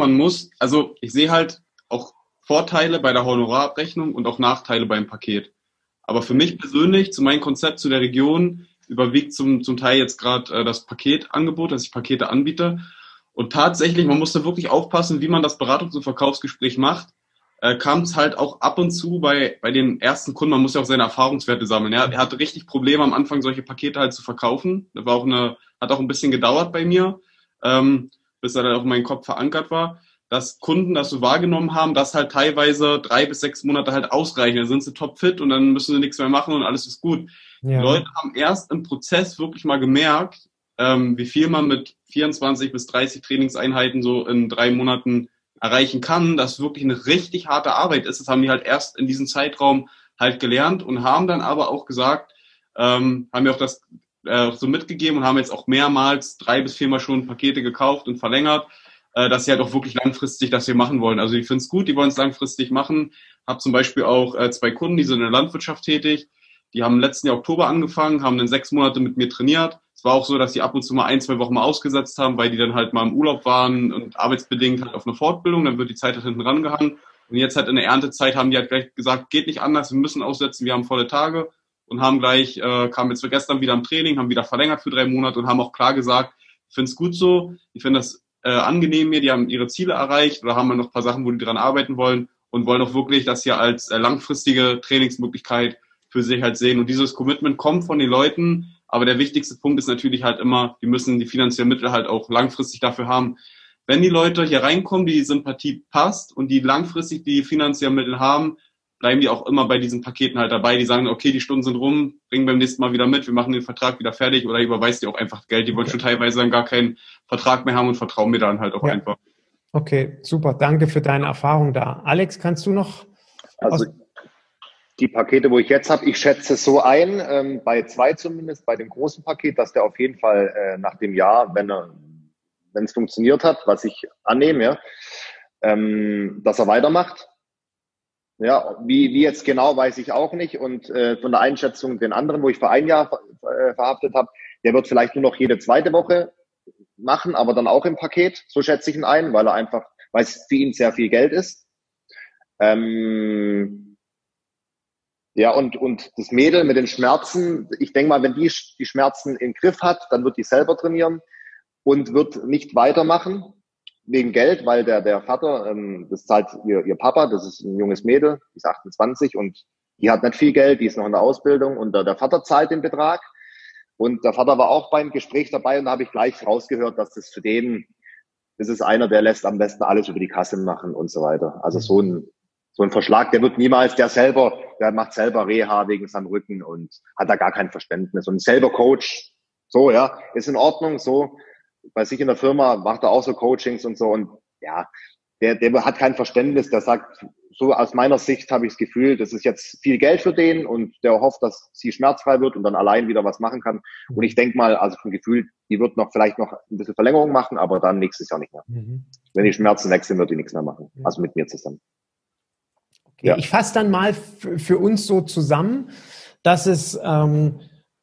ich sehe halt auch Vorteile bei der Honorarabrechnung und auch Nachteile beim Paket. Aber für mich persönlich, zu meinem Konzept, zu der Region, überwiegt zum Teil jetzt gerade das Paketangebot, dass ich Pakete anbiete. Und tatsächlich, man muss da wirklich aufpassen, wie man das Beratungs- und Verkaufsgespräch macht. Kam es halt auch ab und zu bei den ersten Kunden, man muss ja auch seine Erfahrungswerte sammeln. Er hatte richtig Probleme am Anfang, solche Pakete halt zu verkaufen. Das war hat auch ein bisschen gedauert bei mir, bis er dann auch in meinem Kopf verankert war, dass Kunden das so wahrgenommen haben, dass halt teilweise 3 bis 6 Monate halt ausreichen. Dann sind sie topfit und dann müssen sie nichts mehr machen und alles ist gut. Ja. Die Leute haben erst im Prozess wirklich mal gemerkt, wie viel man mit 24 bis 30 Trainingseinheiten so in 3 Monaten erreichen kann, dass wirklich eine richtig harte Arbeit ist. Das haben die halt erst in diesem Zeitraum halt gelernt und haben dann aber auch gesagt, haben mir auch das so mitgegeben und haben jetzt auch mehrmals 3 bis 4 Mal schon Pakete gekauft und verlängert, dass sie halt auch wirklich langfristig das hier machen wollen. Also ich finde es gut, die wollen es langfristig machen. Habe zum Beispiel auch 2 Kunden, die sind in der Landwirtschaft tätig. Die haben im letzten Jahr Oktober angefangen, haben dann 6 Monate mit mir trainiert. Es war auch so, dass die ab und zu mal 1-2 Wochen mal ausgesetzt haben, weil die dann halt mal im Urlaub waren und arbeitsbedingt halt auf eine Fortbildung. Dann wird die Zeit halt hinten rangehangen. Und jetzt halt in der Erntezeit haben die halt gleich gesagt, geht nicht anders, wir müssen aussetzen, wir haben volle Tage. Und haben gleich, kamen jetzt gestern wieder im Training, haben wieder verlängert für 3 Monate und haben auch klar gesagt, ich finde es gut so, ich finde das angenehm mir, die haben ihre Ziele erreicht oder haben noch ein paar Sachen, wo die dran arbeiten wollen und wollen auch wirklich das hier als langfristige Trainingsmöglichkeit für sich halt sehen. Und dieses Commitment kommt von den Leuten, aber der wichtigste Punkt ist natürlich halt immer, die müssen die finanziellen Mittel halt auch langfristig dafür haben. Wenn die Leute hier reinkommen, die Sympathie passt und die langfristig die finanziellen Mittel haben, bleiben die auch immer bei diesen Paketen halt dabei. Die sagen, okay, die Stunden sind rum, bringen beim nächsten Mal wieder mit, wir machen den Vertrag wieder fertig oder überweist dir auch einfach Geld. Die wollen schon teilweise dann gar keinen Vertrag mehr haben und vertrauen mir dann halt auch einfach. Okay, super. Danke für deine Erfahrung da. Alex, kannst du noch? Also die Pakete, wo ich jetzt habe, ich schätze so ein, bei 2 zumindest, bei dem großen Paket, dass der auf jeden Fall nach dem Jahr, wenn es funktioniert hat, was ich annehme, ja, dass er weitermacht. Ja, wie jetzt genau, weiß ich auch nicht. Und von der Einschätzung den anderen, wo ich vor 1 Jahr verhaftet habe, der wird vielleicht nur noch jede 2. Woche machen, aber dann auch im Paket. So schätze ich ihn ein, weil es für ihn sehr viel Geld ist. Ja, und das Mädel mit den Schmerzen, ich denke mal, wenn die Schmerzen im Griff hat, dann wird die selber trainieren und wird nicht weitermachen. Wegen Geld, weil der Vater, das zahlt ihr Papa, das ist ein junges Mädel, die ist 28 und die hat nicht viel Geld, die ist noch in der Ausbildung und der Vater zahlt den Betrag. Und der Vater war auch beim Gespräch dabei und da habe ich gleich rausgehört, dass das für den, das ist einer, der lässt am besten alles über die Kasse machen und so weiter. Also so ein Verschlag, der macht selber Reha wegen seinem Rücken und hat da gar kein Verständnis und selber Coach, so, ja, ist in Ordnung, so. Bei sich in der Firma macht er auch so Coachings und so und ja, der hat kein Verständnis, der sagt, so aus meiner Sicht habe ich das Gefühl, das ist jetzt viel Geld für den und der hofft, dass sie schmerzfrei wird und dann allein wieder was machen kann. Und ich denke mal, also vom Gefühl, die wird vielleicht noch ein bisschen Verlängerung machen, aber dann nächstes Jahr nicht mehr. Wenn die Schmerzen weg sind, wird die nichts mehr machen. Also mit mir zusammen. Okay. Ja. Ich fasse dann mal für uns so zusammen, dass es eine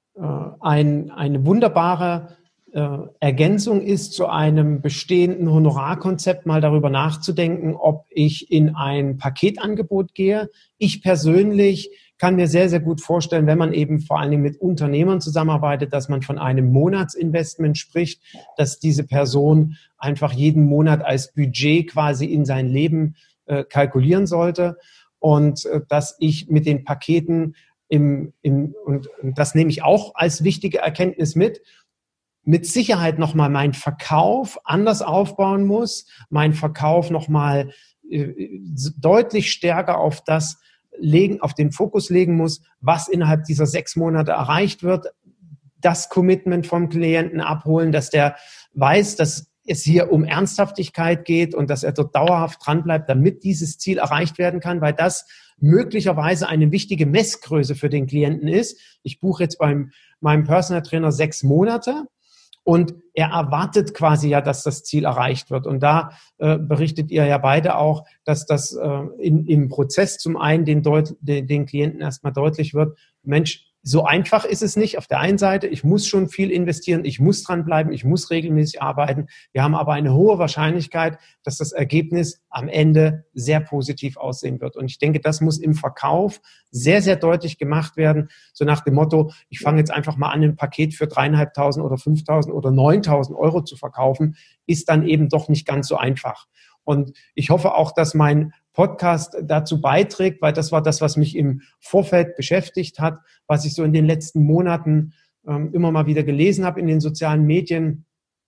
wunderbare Ergänzung ist zu einem bestehenden Honorarkonzept, mal darüber nachzudenken, ob ich in ein Paketangebot gehe. Ich persönlich kann mir sehr, sehr gut vorstellen, wenn man eben vor allen Dingen mit Unternehmern zusammenarbeitet, dass man von einem Monatsinvestment spricht, dass diese Person einfach jeden Monat als Budget quasi in sein Leben kalkulieren sollte und dass ich mit den Paketen und das nehme ich auch als wichtige Erkenntnis mit Sicherheit nochmal meinen Verkauf anders aufbauen muss, meinen Verkauf nochmal deutlich stärker auf den Fokus legen muss, was innerhalb dieser 6 Monate erreicht wird, das Commitment vom Klienten abholen, dass der weiß, dass es hier um Ernsthaftigkeit geht und dass er dort dauerhaft dranbleibt, damit dieses Ziel erreicht werden kann, weil das möglicherweise eine wichtige Messgröße für den Klienten ist. Ich buche jetzt bei meinem Personal Trainer 6 Monate. Und er erwartet quasi ja, dass das Ziel erreicht wird. Und da berichtet ihr ja beide auch, dass das im Prozess zum einen den Klienten erstmal deutlich wird, Mensch, so einfach ist es nicht. Auf der einen Seite, ich muss schon viel investieren, ich muss dranbleiben, ich muss regelmäßig arbeiten. Wir haben aber eine hohe Wahrscheinlichkeit, dass das Ergebnis am Ende sehr positiv aussehen wird. Und ich denke, das muss im Verkauf sehr, sehr deutlich gemacht werden. So nach dem Motto, ich fange jetzt einfach mal an, ein Paket für 3.500 oder 5.000 oder 9.000 Euro zu verkaufen, ist dann eben doch nicht ganz so einfach. Und ich hoffe auch, dass mein Podcast dazu beiträgt, weil das war das, was mich im Vorfeld beschäftigt hat, was ich so in den letzten Monaten immer mal wieder gelesen habe in den sozialen Medien.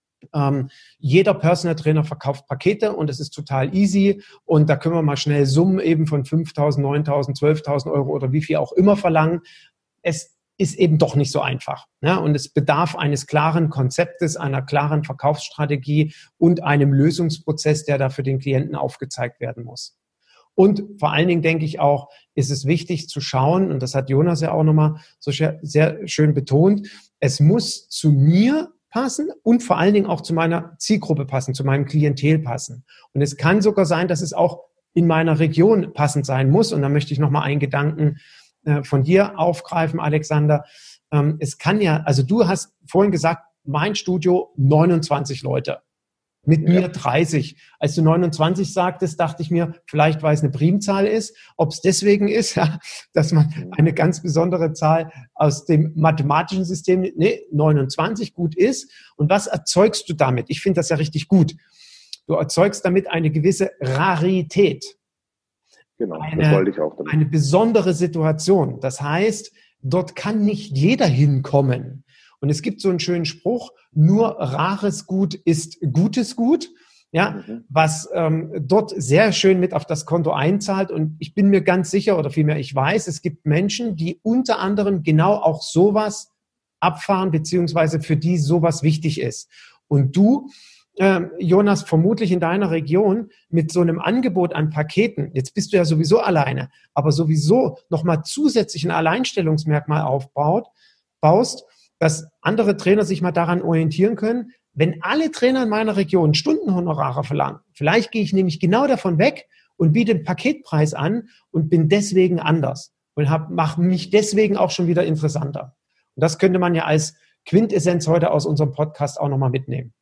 Jeder Personal Trainer verkauft Pakete und es ist total easy und da können wir mal schnell Summen eben von 5.000, 9.000, 12.000 Euro oder wie viel auch immer verlangen. Es ist eben doch nicht so einfach. Ja? Und es bedarf eines klaren Konzeptes, einer klaren Verkaufsstrategie und einem Lösungsprozess, der da für den Klienten aufgezeigt werden muss. Und vor allen Dingen denke ich auch, ist es wichtig zu schauen, und das hat Jonas ja auch nochmal so sehr schön betont, es muss zu mir passen und vor allen Dingen auch zu meiner Zielgruppe passen, zu meinem Klientel passen. Und es kann sogar sein, dass es auch in meiner Region passend sein muss. Und da möchte ich nochmal einen Gedanken von dir aufgreifen, Alexander. Es kann ja, also du hast vorhin gesagt, mein Studio 29 Leute. Mit mir 30. Als du 29 sagtest, dachte ich mir, vielleicht weil es eine Primzahl ist, ob es deswegen ist, ja, dass man eine ganz besondere Zahl aus dem mathematischen System, 29 gut ist. Und was erzeugst du damit? Ich finde das ja richtig gut. Du erzeugst damit eine gewisse Rarität. Genau, das wollte ich auch damit. Eine besondere Situation. Das heißt, dort kann nicht jeder hinkommen. Und es gibt so einen schönen Spruch, nur rares Gut ist gutes Gut, ja, was dort sehr schön mit auf das Konto einzahlt. Und ich bin mir ganz sicher, oder vielmehr ich weiß, es gibt Menschen, die unter anderem genau auch sowas abfahren, beziehungsweise für die sowas wichtig ist. Und du, Jonas, vermutlich in deiner Region mit so einem Angebot an Paketen, jetzt bist du ja sowieso alleine, aber sowieso nochmal zusätzlich ein Alleinstellungsmerkmal baust, dass andere Trainer sich mal daran orientieren können, wenn alle Trainer in meiner Region Stundenhonorare verlangen, vielleicht gehe ich nämlich genau davon weg und biete einen Paketpreis an und bin deswegen anders und mache mich deswegen auch schon wieder interessanter. Und das könnte man ja als Quintessenz heute aus unserem Podcast auch nochmal mitnehmen.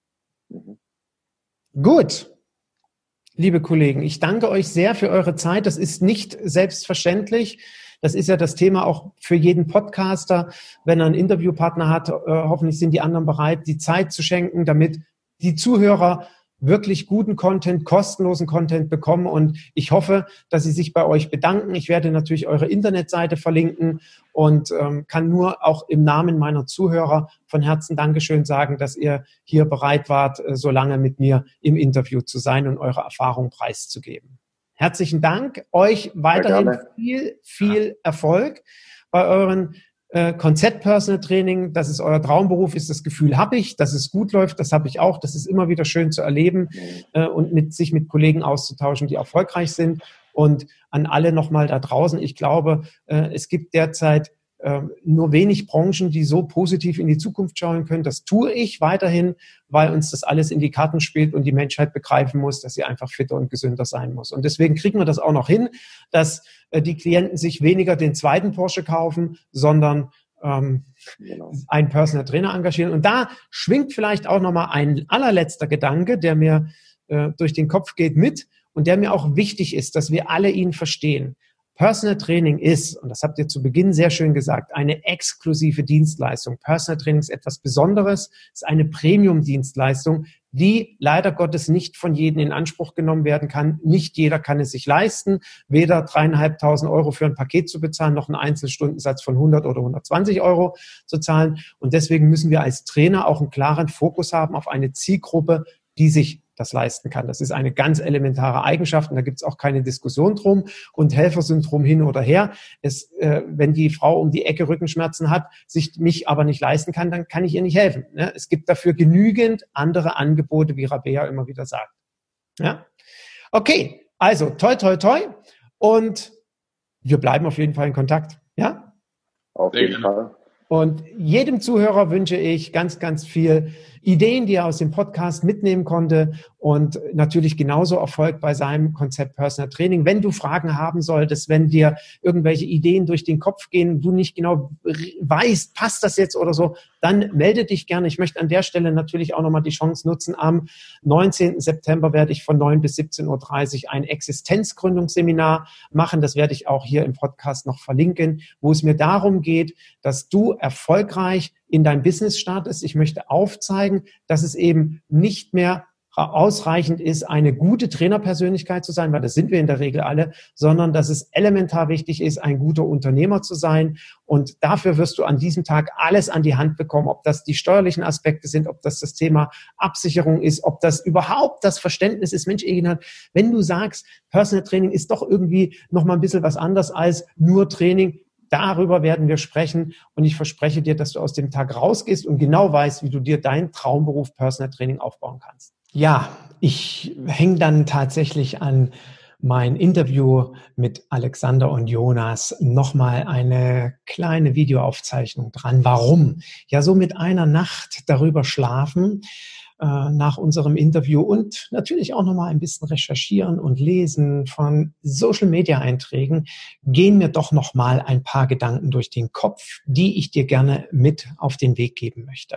Gut, liebe Kollegen, ich danke euch sehr für eure Zeit. Das ist nicht selbstverständlich. Das ist ja das Thema auch für jeden Podcaster, wenn er einen Interviewpartner hat. Hoffentlich sind die anderen bereit, die Zeit zu schenken, damit die Zuhörer wirklich guten Content, kostenlosen Content bekommen. Und ich hoffe, dass sie sich bei euch bedanken. Ich werde natürlich eure Internetseite verlinken und kann nur auch im Namen meiner Zuhörer von Herzen Dankeschön sagen, dass ihr hier bereit wart, so lange mit mir im Interview zu sein und eure Erfahrung preiszugeben. Herzlichen Dank. Euch weiterhin viel Erfolg bei euren Konzept-Personal-Training. Das ist euer Traumberuf, ist das Gefühl, habe ich, dass es gut läuft, das habe ich auch. Das ist immer wieder schön zu erleben und sich mit Kollegen auszutauschen, die erfolgreich sind. Und an alle nochmal da draußen, ich glaube, es gibt derzeit nur wenig Branchen, die so positiv in die Zukunft schauen können. Das tue ich weiterhin, weil uns das alles in die Karten spielt und die Menschheit begreifen muss, dass sie einfach fitter und gesünder sein muss. Und deswegen kriegen wir das auch noch hin, dass die Klienten sich weniger den zweiten Porsche kaufen, sondern einen Personal Trainer engagieren. Und da schwingt vielleicht auch nochmal ein allerletzter Gedanke, der mir durch den Kopf geht mit und der mir auch wichtig ist, dass wir alle ihn verstehen. Personal Training ist, und das habt ihr zu Beginn sehr schön gesagt, eine exklusive Dienstleistung. Personal Training ist etwas Besonderes, ist eine Premium-Dienstleistung, die leider Gottes nicht von jedem in Anspruch genommen werden kann. Nicht jeder kann es sich leisten, weder 3.500 Euro für ein Paket zu bezahlen, noch einen Einzelstundensatz von 100 oder 120 Euro zu zahlen. Und deswegen müssen wir als Trainer auch einen klaren Fokus haben auf eine Zielgruppe, die sich das leisten kann. Das ist eine ganz elementare Eigenschaft und da gibt es auch keine Diskussion drum und Helfersyndrom hin oder her. Wenn die Frau um die Ecke Rückenschmerzen hat, sich mich aber nicht leisten kann, dann kann ich ihr nicht helfen. Ne? Es gibt dafür genügend andere Angebote, wie Rabea immer wieder sagt. Ja? Okay, also toi, toi, toi und wir bleiben auf jeden Fall in Kontakt. Ja? Auf jeden Fall. Und jedem Zuhörer wünsche ich ganz, ganz viel Ideen, die er aus dem Podcast mitnehmen konnte und natürlich genauso Erfolg bei seinem Konzept Personal Training. Wenn du Fragen haben solltest, wenn dir irgendwelche Ideen durch den Kopf gehen, du nicht genau weißt, passt das jetzt oder so, dann melde dich gerne. Ich möchte an der Stelle natürlich auch nochmal die Chance nutzen. Am 19. September werde ich von 9 bis 17.30 Uhr ein Existenzgründungsseminar machen. Das werde ich auch hier im Podcast noch verlinken, wo es mir darum geht, dass du erfolgreich in dein Business startest. Ich möchte aufzeigen, dass es eben nicht mehr ausreichend ist, eine gute Trainerpersönlichkeit zu sein, weil das sind wir in der Regel alle, sondern dass es elementar wichtig ist, ein guter Unternehmer zu sein. Und dafür wirst du an diesem Tag alles an die Hand bekommen, ob das die steuerlichen Aspekte sind, ob das das Thema Absicherung ist, ob das überhaupt das Verständnis ist. Mensch, Eginhard, wenn du sagst, Personal Training ist doch irgendwie noch mal ein bisschen was anderes als nur Training, darüber werden wir sprechen und ich verspreche dir, dass du aus dem Tag rausgehst und genau weißt, wie du dir deinen Traumberuf Personal Training aufbauen kannst. Ja, ich hänge dann tatsächlich an mein Interview mit Alexander und Jonas nochmal eine kleine Videoaufzeichnung dran. Warum? Ja, so mit einer Nacht darüber schlafen nach unserem Interview und natürlich auch nochmal ein bisschen recherchieren und lesen von Social-Media-Einträgen, gehen mir doch nochmal ein paar Gedanken durch den Kopf, die ich dir gerne mit auf den Weg geben möchte.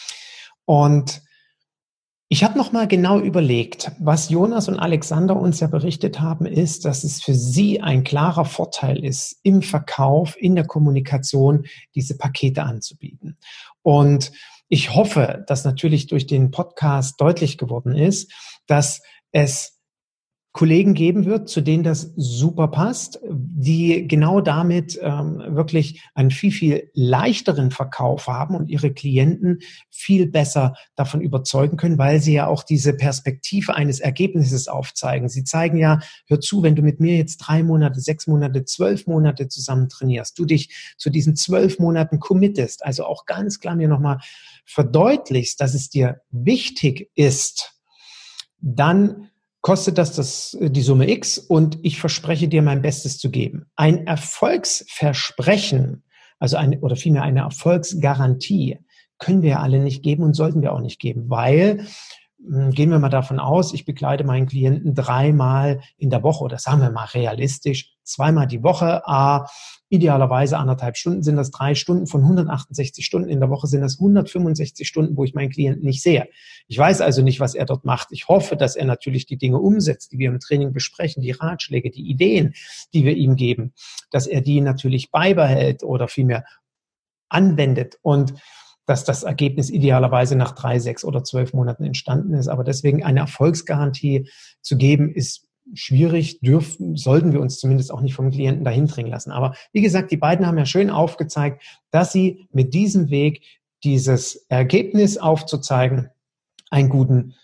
Und ich habe nochmal genau überlegt, was Jonas und Alexander uns ja berichtet haben, ist, dass es für sie ein klarer Vorteil ist, im Verkauf, in der Kommunikation diese Pakete anzubieten. Und ich hoffe, dass natürlich durch den Podcast deutlich geworden ist, dass es Kollegen geben wird, zu denen das super passt, die genau damit wirklich einen viel, viel leichteren Verkauf haben und ihre Klienten viel besser davon überzeugen können, weil sie ja auch diese Perspektive eines Ergebnisses aufzeigen. Sie zeigen ja, hör zu, wenn du mit mir jetzt 3 Monate, 6 Monate, 12 Monate zusammen trainierst, du dich zu diesen 12 Monaten committest, also auch ganz klar mir nochmal verdeutlichst, dass es dir wichtig ist, dann kostet das die Summe X und ich verspreche dir, mein Bestes zu geben. Ein Erfolgsversprechen, also oder vielmehr eine Erfolgsgarantie, können wir alle nicht geben und sollten wir auch nicht geben, weil, gehen wir mal davon aus, ich begleite meinen Klienten 3-mal in der Woche oder sagen wir mal realistisch 2-mal die Woche, idealerweise 1,5 Stunden sind das 3 Stunden, von 168 Stunden in der Woche sind das 165 Stunden, wo ich meinen Klienten nicht sehe. Ich weiß also nicht, was er dort macht. Ich hoffe, dass er natürlich die Dinge umsetzt, die wir im Training besprechen, die Ratschläge, die Ideen, die wir ihm geben, dass er die natürlich beibehält oder vielmehr anwendet und dass das Ergebnis idealerweise nach 3, 6 oder 12 Monaten entstanden ist. Aber deswegen eine Erfolgsgarantie zu geben, ist schwierig, sollten wir uns zumindest auch nicht vom Klienten dahin dringen lassen. Aber wie gesagt, die beiden haben ja schön aufgezeigt, dass sie mit diesem Weg dieses Ergebnis aufzuzeigen, einen guten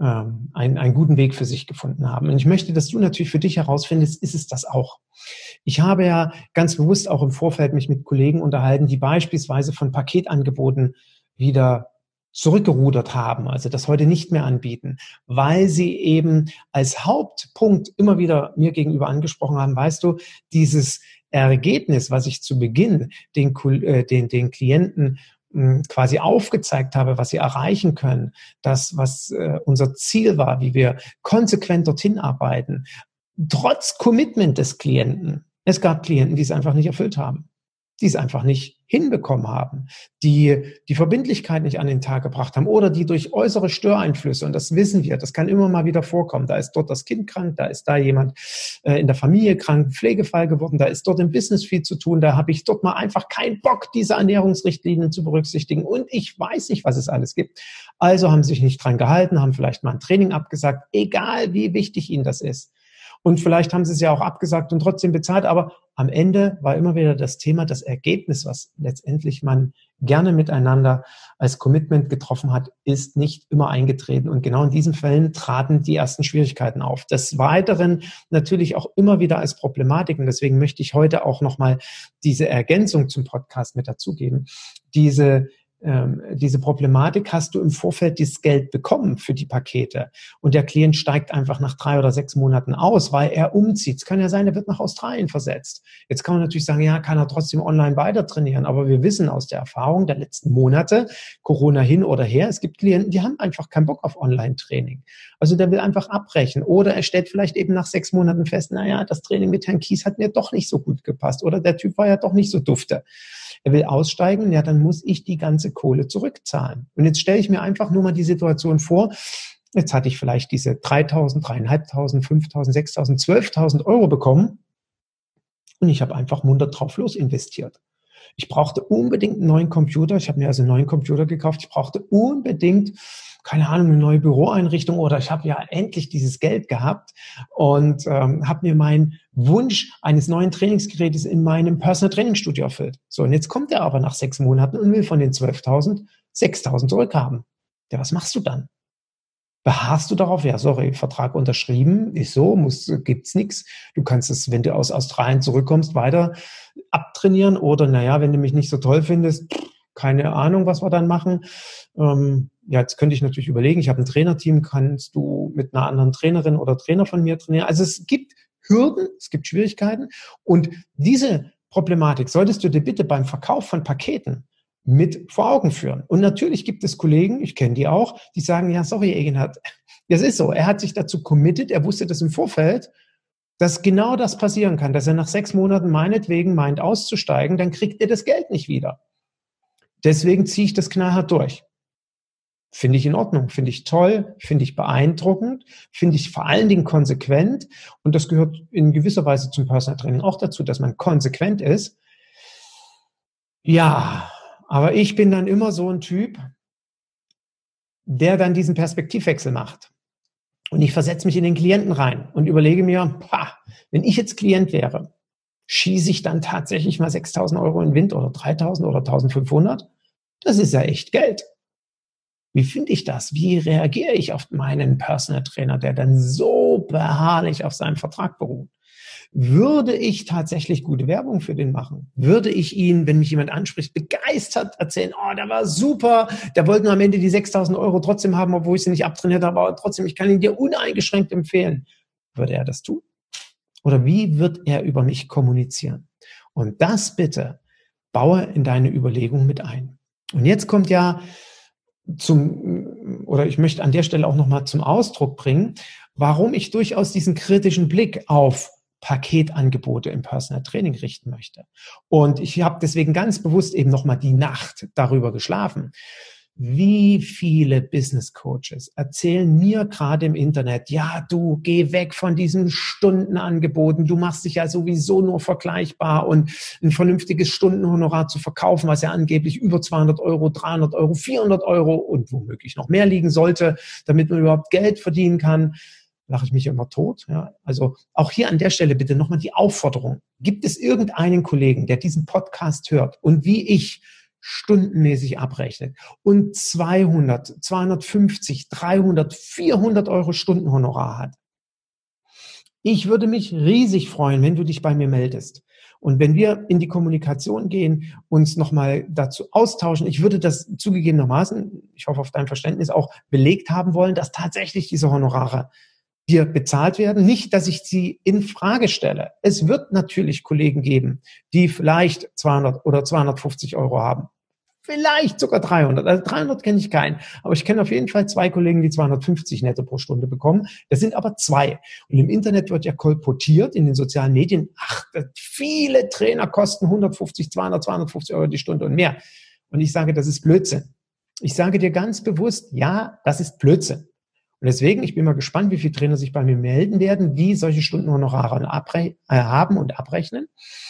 Weg für sich gefunden haben. Und ich möchte, dass du natürlich für dich herausfindest, ist es das auch? Ich habe ja ganz bewusst auch im Vorfeld mich mit Kollegen unterhalten, die beispielsweise von Paketangeboten wieder zurückgerudert haben, also das heute nicht mehr anbieten, weil sie eben als Hauptpunkt immer wieder mir gegenüber angesprochen haben, weißt du, dieses Ergebnis, was ich zu Beginn den Klienten quasi aufgezeigt habe, was sie erreichen können, das, was unser Ziel war, wie wir konsequent dorthin arbeiten, trotz Commitment des Klienten. Es gab Klienten, die es einfach nicht erfüllt haben, die es einfach nicht hinbekommen haben, die die Verbindlichkeit nicht an den Tag gebracht haben oder die durch äußere Störeinflüsse, und das wissen wir, das kann immer mal wieder vorkommen, da ist dort das Kind krank, da ist da jemand in der Familie krank, Pflegefall geworden, da ist dort im Business viel zu tun, da habe ich dort mal einfach keinen Bock, diese Ernährungsrichtlinien zu berücksichtigen und ich weiß nicht, was es alles gibt. Also haben sich nicht dran gehalten, haben vielleicht mal ein Training abgesagt, egal wie wichtig ihnen das ist. Und vielleicht haben sie es ja auch abgesagt und trotzdem bezahlt, aber am Ende war immer wieder das Thema, das Ergebnis, was letztendlich man gerne miteinander als Commitment getroffen hat, ist nicht immer eingetreten. Und genau in diesen Fällen traten die ersten Schwierigkeiten auf. Des Weiteren natürlich auch immer wieder als Problematik, und deswegen möchte ich heute auch nochmal diese Ergänzung zum Podcast mit dazugeben. Diese Problematik, hast du im Vorfeld dieses Geld bekommen für die Pakete und der Klient steigt einfach nach 3 oder 6 Monaten aus, weil er umzieht. Es kann ja sein, er wird nach Australien versetzt. Jetzt kann man natürlich sagen, ja, kann er trotzdem online weiter trainieren, aber wir wissen aus der Erfahrung der letzten Monate, Corona hin oder her, es gibt Klienten, die haben einfach keinen Bock auf Online-Training. Also der will einfach abbrechen oder er stellt vielleicht eben nach 6 Monaten fest, naja, das Training mit Herrn Kies hat mir doch nicht so gut gepasst oder der Typ war ja doch nicht so dufte. Er will aussteigen, ja, dann muss ich die ganze Kohle zurückzahlen. Und jetzt stelle ich mir einfach nur mal die Situation vor, jetzt hatte ich vielleicht diese 3.000, 3.500, 5.000, 6.000, 12.000 Euro bekommen und ich habe einfach munter drauf los investiert. Ich brauchte unbedingt einen neuen Computer, ich habe mir also einen neuen Computer gekauft, ich brauchte unbedingt, keine Ahnung, eine neue Büroeinrichtung oder ich habe ja endlich dieses Geld gehabt und habe mir meinen Wunsch eines neuen Trainingsgerätes in meinem Personal Training Studio erfüllt. So, und jetzt kommt er aber nach 6 Monaten und will von den 12.000 6.000 zurückhaben. Ja, was machst du dann? Beharrst du darauf? Ja, sorry, Vertrag unterschrieben, ist so, gibt's nichts. Du kannst es, wenn du aus Australien zurückkommst, weiter abtrainieren oder, naja, wenn du mich nicht so toll findest, keine Ahnung, was wir dann machen. Ja, jetzt könnte ich natürlich überlegen, ich habe ein Trainerteam, kannst du mit einer anderen Trainerin oder Trainer von mir trainieren? Also es gibt Hürden, es gibt Schwierigkeiten und diese Problematik solltest du dir bitte beim Verkauf von Paketen mit vor Augen führen. Und natürlich gibt es Kollegen, ich kenne die auch, die sagen, ja, sorry, Egenhard, das ist so. Er hat sich dazu committed, er wusste das im Vorfeld, dass genau das passieren kann, dass er nach 6 Monaten meinetwegen meint auszusteigen, dann kriegt er das Geld nicht wieder. Deswegen ziehe ich das knallhart durch. Finde ich in Ordnung, finde ich toll, finde ich beeindruckend, finde ich vor allen Dingen konsequent. Und das gehört in gewisser Weise zum Personal Training auch dazu, dass man konsequent ist. Ja, aber ich bin dann immer so ein Typ, der dann diesen Perspektivwechsel macht. Und ich versetze mich in den Klienten rein und überlege mir, wenn ich jetzt Klient wäre, schieße ich dann tatsächlich mal 6.000 Euro in den Wind oder 3.000 oder 1.500? Das ist ja echt Geld. Wie finde ich das? Wie reagiere ich auf meinen Personal Trainer, der dann so beharrlich auf seinem Vertrag beruht? Würde ich tatsächlich gute Werbung für den machen? Würde ich ihn, wenn mich jemand anspricht, begeistert erzählen, oh, der war super, der wollte nur am Ende die 6.000 Euro trotzdem haben, obwohl ich sie nicht abtrainiert habe, aber trotzdem, ich kann ihn dir uneingeschränkt empfehlen. Würde er das tun? Oder wie wird er über mich kommunizieren? Und das bitte baue in deine Überlegung mit ein. Und jetzt kommt ja ich möchte an der Stelle auch nochmal zum Ausdruck bringen, warum ich durchaus diesen kritischen Blick auf Paketangebote im Personal Training richten möchte. Und ich habe deswegen ganz bewusst eben nochmal die Nacht darüber geschlafen. Wie viele Business Coaches erzählen mir gerade im Internet, ja, du geh weg von diesen Stundenangeboten, du machst dich ja sowieso nur vergleichbar und ein vernünftiges Stundenhonorar zu verkaufen, was ja angeblich über 200 Euro, 300 Euro, 400 Euro und womöglich noch mehr liegen sollte, damit man überhaupt Geld verdienen kann, lache ich mich immer tot. Ja. Also auch hier an der Stelle bitte nochmal die Aufforderung. Gibt es irgendeinen Kollegen, der diesen Podcast hört und wie ich stundenmäßig abrechnet und 200, 250, 300, 400 Euro Stundenhonorar hat? Ich würde mich riesig freuen, wenn du dich bei mir meldest. Und wenn wir in die Kommunikation gehen, uns nochmal dazu austauschen, ich würde das zugegebenermaßen, ich hoffe auf dein Verständnis, auch belegt haben wollen, dass tatsächlich diese Honorare dir bezahlt werden. Nicht, dass ich sie in Frage stelle. Es wird natürlich Kollegen geben, die vielleicht 200 oder 250 Euro haben. Vielleicht sogar 300. Also 300 kenne ich keinen. Aber ich kenne auf jeden Fall 2 Kollegen, die 250 netto pro Stunde bekommen. Das sind aber 2. Und im Internet wird ja kolportiert, in den sozialen Medien, viele Trainer kosten 150, 200, 250 Euro die Stunde und mehr. Und ich sage, das ist Blödsinn. Ich sage dir ganz bewusst, ja, das ist Blödsinn. Und deswegen, ich bin mal gespannt, wie viele Trainer sich bei mir melden werden, die solche Stundenhonorare haben und abrechnen.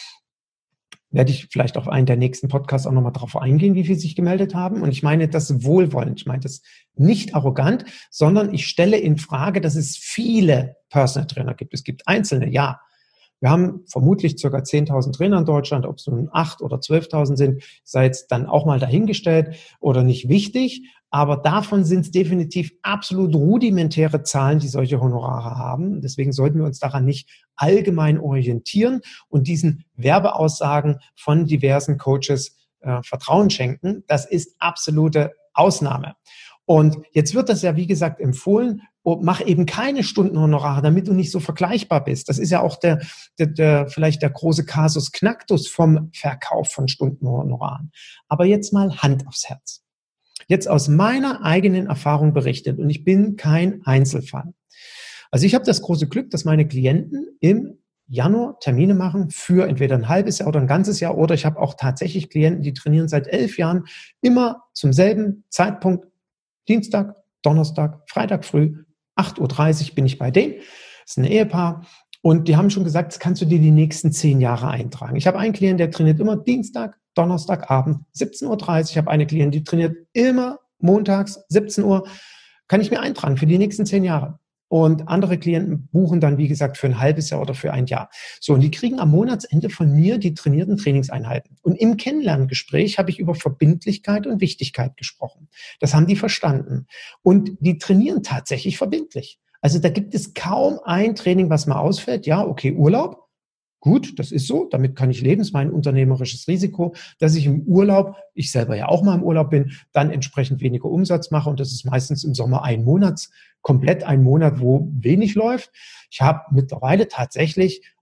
Werde ich vielleicht auf einen der nächsten Podcasts auch nochmal drauf eingehen, wie viele sich gemeldet haben. Und ich meine das wohlwollend. Ich meine das nicht arrogant, sondern ich stelle in Frage, dass es viele Personal Trainer gibt. Es gibt einzelne, ja. Wir haben vermutlich ca. 10.000 Trainer in Deutschland, ob es nun 8.000 oder 12.000 sind, sei jetzt dann auch mal dahingestellt oder nicht wichtig. Aber davon sind es definitiv absolut rudimentäre Zahlen, die solche Honorare haben. Deswegen sollten wir uns daran nicht allgemein orientieren und diesen Werbeaussagen von diversen Coaches Vertrauen schenken. Das ist absolute Ausnahme. Und jetzt wird das ja, wie gesagt, empfohlen, mach eben keine Stundenhonorare, damit du nicht so vergleichbar bist. Das ist ja auch vielleicht der große Kasus Knacktus vom Verkauf von Stundenhonoraren. Aber jetzt mal Hand aufs Herz. Jetzt aus meiner eigenen Erfahrung berichtet, und ich bin kein Einzelfall. Also ich habe das große Glück, dass meine Klienten im Januar Termine machen für entweder ein halbes Jahr oder ein ganzes Jahr, oder ich habe auch tatsächlich Klienten, die trainieren seit 11 Jahren immer zum selben Zeitpunkt, Dienstag, Donnerstag, Freitag früh, 8.30 Uhr bin ich bei denen. Das ist ein Ehepaar. Und die haben schon gesagt, das kannst du dir die nächsten 10 Jahre eintragen. Ich habe einen Klienten, der trainiert immer Dienstag, Donnerstagabend, 17.30 Uhr. Ich habe eine Klientin, die trainiert immer montags, 17 Uhr. Kann ich mir eintragen für die nächsten 10 Jahre. Und andere Klienten buchen dann, wie gesagt, für ein halbes Jahr oder für ein Jahr. So, und die kriegen am Monatsende von mir die trainierten Trainingseinheiten. Und im Kennenlerngespräch habe ich über Verbindlichkeit und Wichtigkeit gesprochen. Das haben die verstanden. Und die trainieren tatsächlich verbindlich. Also da gibt es kaum ein Training, was mal ausfällt. Ja, okay, Urlaub. Gut, das ist so, damit kann ich leben, das ist mein unternehmerisches Risiko, dass ich im Urlaub, ich selber ja auch mal im Urlaub bin, dann entsprechend weniger Umsatz mache, und das ist meistens im Sommer komplett ein Monat, wo wenig läuft. Ich habe mittlerweile tatsächlich,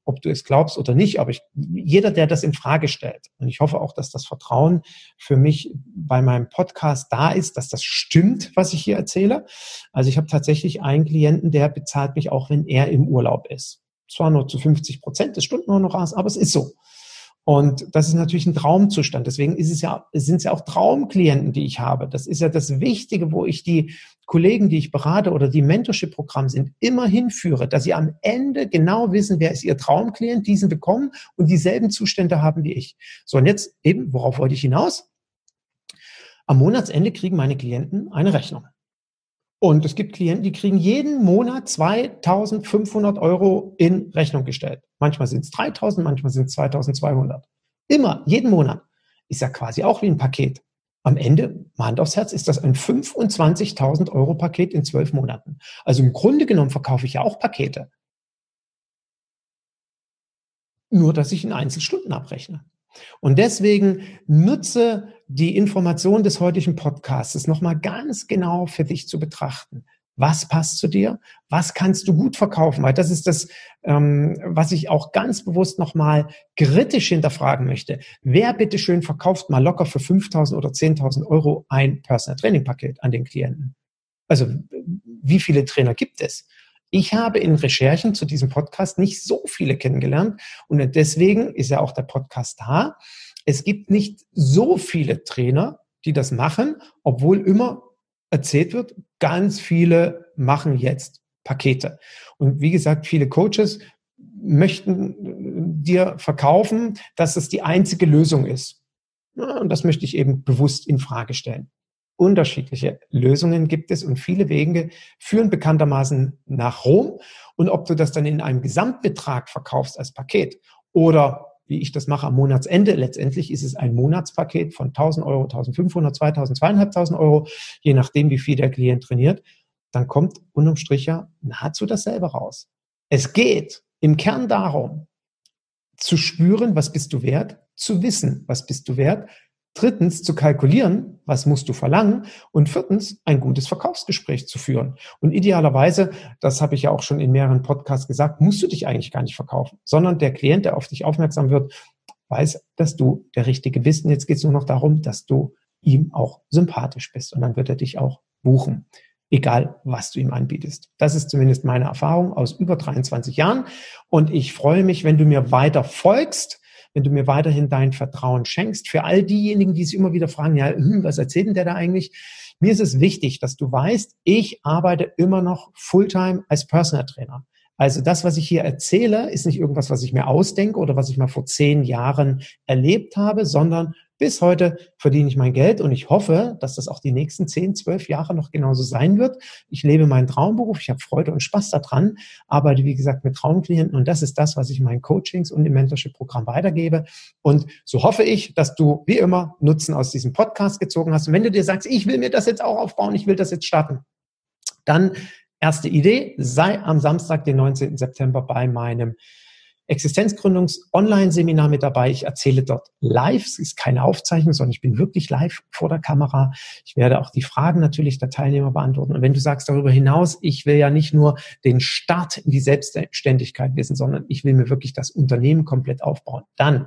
ob du es glaubst oder nicht, aber jeder, der das in Frage stellt, und ich hoffe auch, dass das Vertrauen für mich bei meinem Podcast da ist, dass das stimmt, was ich hier erzähle. Also ich habe tatsächlich einen Klienten, der bezahlt mich auch, wenn er im Urlaub ist. Zwar nur zu 50% des Stundenhonorars, aber es ist so. Und das ist natürlich ein Traumzustand. Deswegen sind es ja auch Traumklienten, die ich habe. Das ist ja das Wichtige, wo ich die Kollegen, die ich berate oder die im Mentorship-Programm sind, immer hinführe, dass sie am Ende genau wissen, wer ist ihr Traumklient, diesen bekommen und dieselben Zustände haben wie ich. So, und jetzt eben, worauf wollte ich hinaus? Am Monatsende kriegen meine Klienten eine Rechnung. Und es gibt Klienten, die kriegen jeden Monat 2.500 € in Rechnung gestellt. Manchmal sind es 3.000, manchmal sind es 2.200. Immer, jeden Monat. Ist ja quasi auch wie ein Paket. Am Ende, mal Hand aufs Herz, ist das ein 25.000 € Paket in 12 Monaten. Also im Grunde genommen verkaufe ich ja auch Pakete. Nur, dass ich in Einzelstunden abrechne. Und deswegen nutze die Information des heutigen Podcasts nochmal ganz genau für dich zu betrachten. Was passt zu dir? Was kannst du gut verkaufen? Weil das ist das, was ich auch ganz bewusst nochmal kritisch hinterfragen möchte. Wer bitteschön verkauft mal locker für 5.000 oder 10.000 € ein Personal Training Paket an den Klienten? Also wie viele Trainer gibt es? Ich habe in Recherchen zu diesem Podcast nicht so viele kennengelernt und deswegen ist ja auch der Podcast da. Es gibt nicht so viele Trainer, die das machen, obwohl immer erzählt wird, ganz viele machen jetzt Pakete. Und wie gesagt, viele Coaches möchten dir verkaufen, dass es die einzige Lösung ist. Und das möchte ich eben bewusst in Frage stellen. Unterschiedliche Lösungen gibt es und viele Wege führen bekanntermaßen nach Rom. Und ob du das dann in einem Gesamtbetrag verkaufst als Paket oder wie ich das mache am Monatsende, letztendlich ist es ein Monatspaket von 1.000 €, 1.500, 2.000, 2.500 €, je nachdem, wie viel der Klient trainiert, dann kommt unterm Strich ja nahezu dasselbe raus. Es geht im Kern darum, zu spüren, was bist du wert, zu wissen, was bist du wert, drittens, zu kalkulieren, was musst du verlangen und viertens, ein gutes Verkaufsgespräch zu führen. Und idealerweise, das habe ich ja auch schon in mehreren Podcasts gesagt, musst du dich eigentlich gar nicht verkaufen, sondern der Klient, der auf dich aufmerksam wird, weiß, dass du der Richtige bist. Und jetzt geht es nur noch darum, dass du ihm auch sympathisch bist und dann wird er dich auch buchen, egal was du ihm anbietest. Das ist zumindest meine Erfahrung aus über 23 Jahren und ich freue mich, wenn du mir weiter folgst, wenn du mir weiterhin dein Vertrauen schenkst. Für all diejenigen, die sich immer wieder fragen, ja, was erzählt denn der da eigentlich? Mir ist es wichtig, dass du weißt, ich arbeite immer noch Fulltime als Personal Trainer. Also das, was ich hier erzähle, ist nicht irgendwas, was ich mir ausdenke oder was ich mal vor 10 Jahren erlebt habe, sondern bis heute verdiene ich mein Geld und ich hoffe, dass das auch die nächsten 10, 12 Jahre noch genauso sein wird. Ich lebe meinen Traumberuf, ich habe Freude und Spaß daran, arbeite, wie gesagt, mit Traumklienten und das ist das, was ich in meinen Coachings und im Mentorship-Programm weitergebe. Und so hoffe ich, dass du, wie immer, Nutzen aus diesem Podcast gezogen hast. Und wenn du dir sagst, ich will mir das jetzt auch aufbauen, ich will das jetzt starten, dann erste Idee, sei am Samstag, den 19. September bei meinem Existenzgründungs-Online-Seminar mit dabei. Ich erzähle dort live. Es ist keine Aufzeichnung, sondern ich bin wirklich live vor der Kamera. Ich werde auch die Fragen natürlich der Teilnehmer beantworten. Und wenn du sagst darüber hinaus, ich will ja nicht nur den Start in die Selbstständigkeit wissen, sondern ich will mir wirklich das Unternehmen komplett aufbauen, dann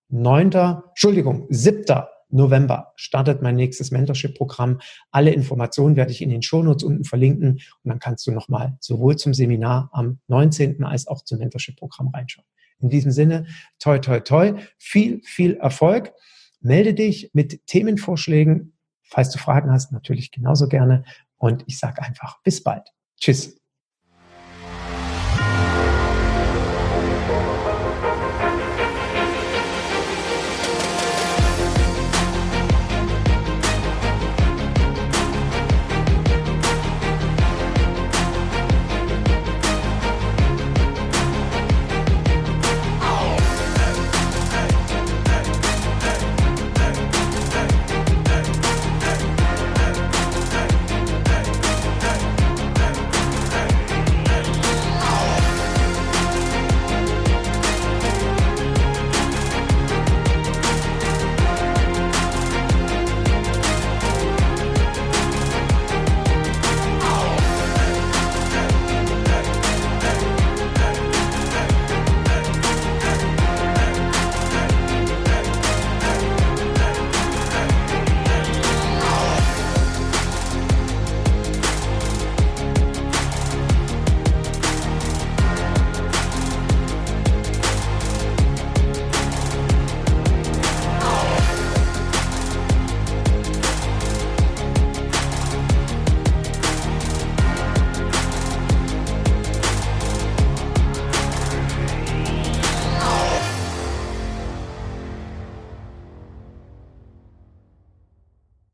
7. November startet mein nächstes Mentorship-Programm. Alle Informationen werde ich in den Shownotes unten verlinken und dann kannst du nochmal sowohl zum Seminar am 19. als auch zum Mentorship-Programm reinschauen. In diesem Sinne, toi, toi, toi, viel, viel Erfolg. Melde dich mit Themenvorschlägen, falls du Fragen hast, natürlich genauso gerne und ich sage einfach bis bald. Tschüss.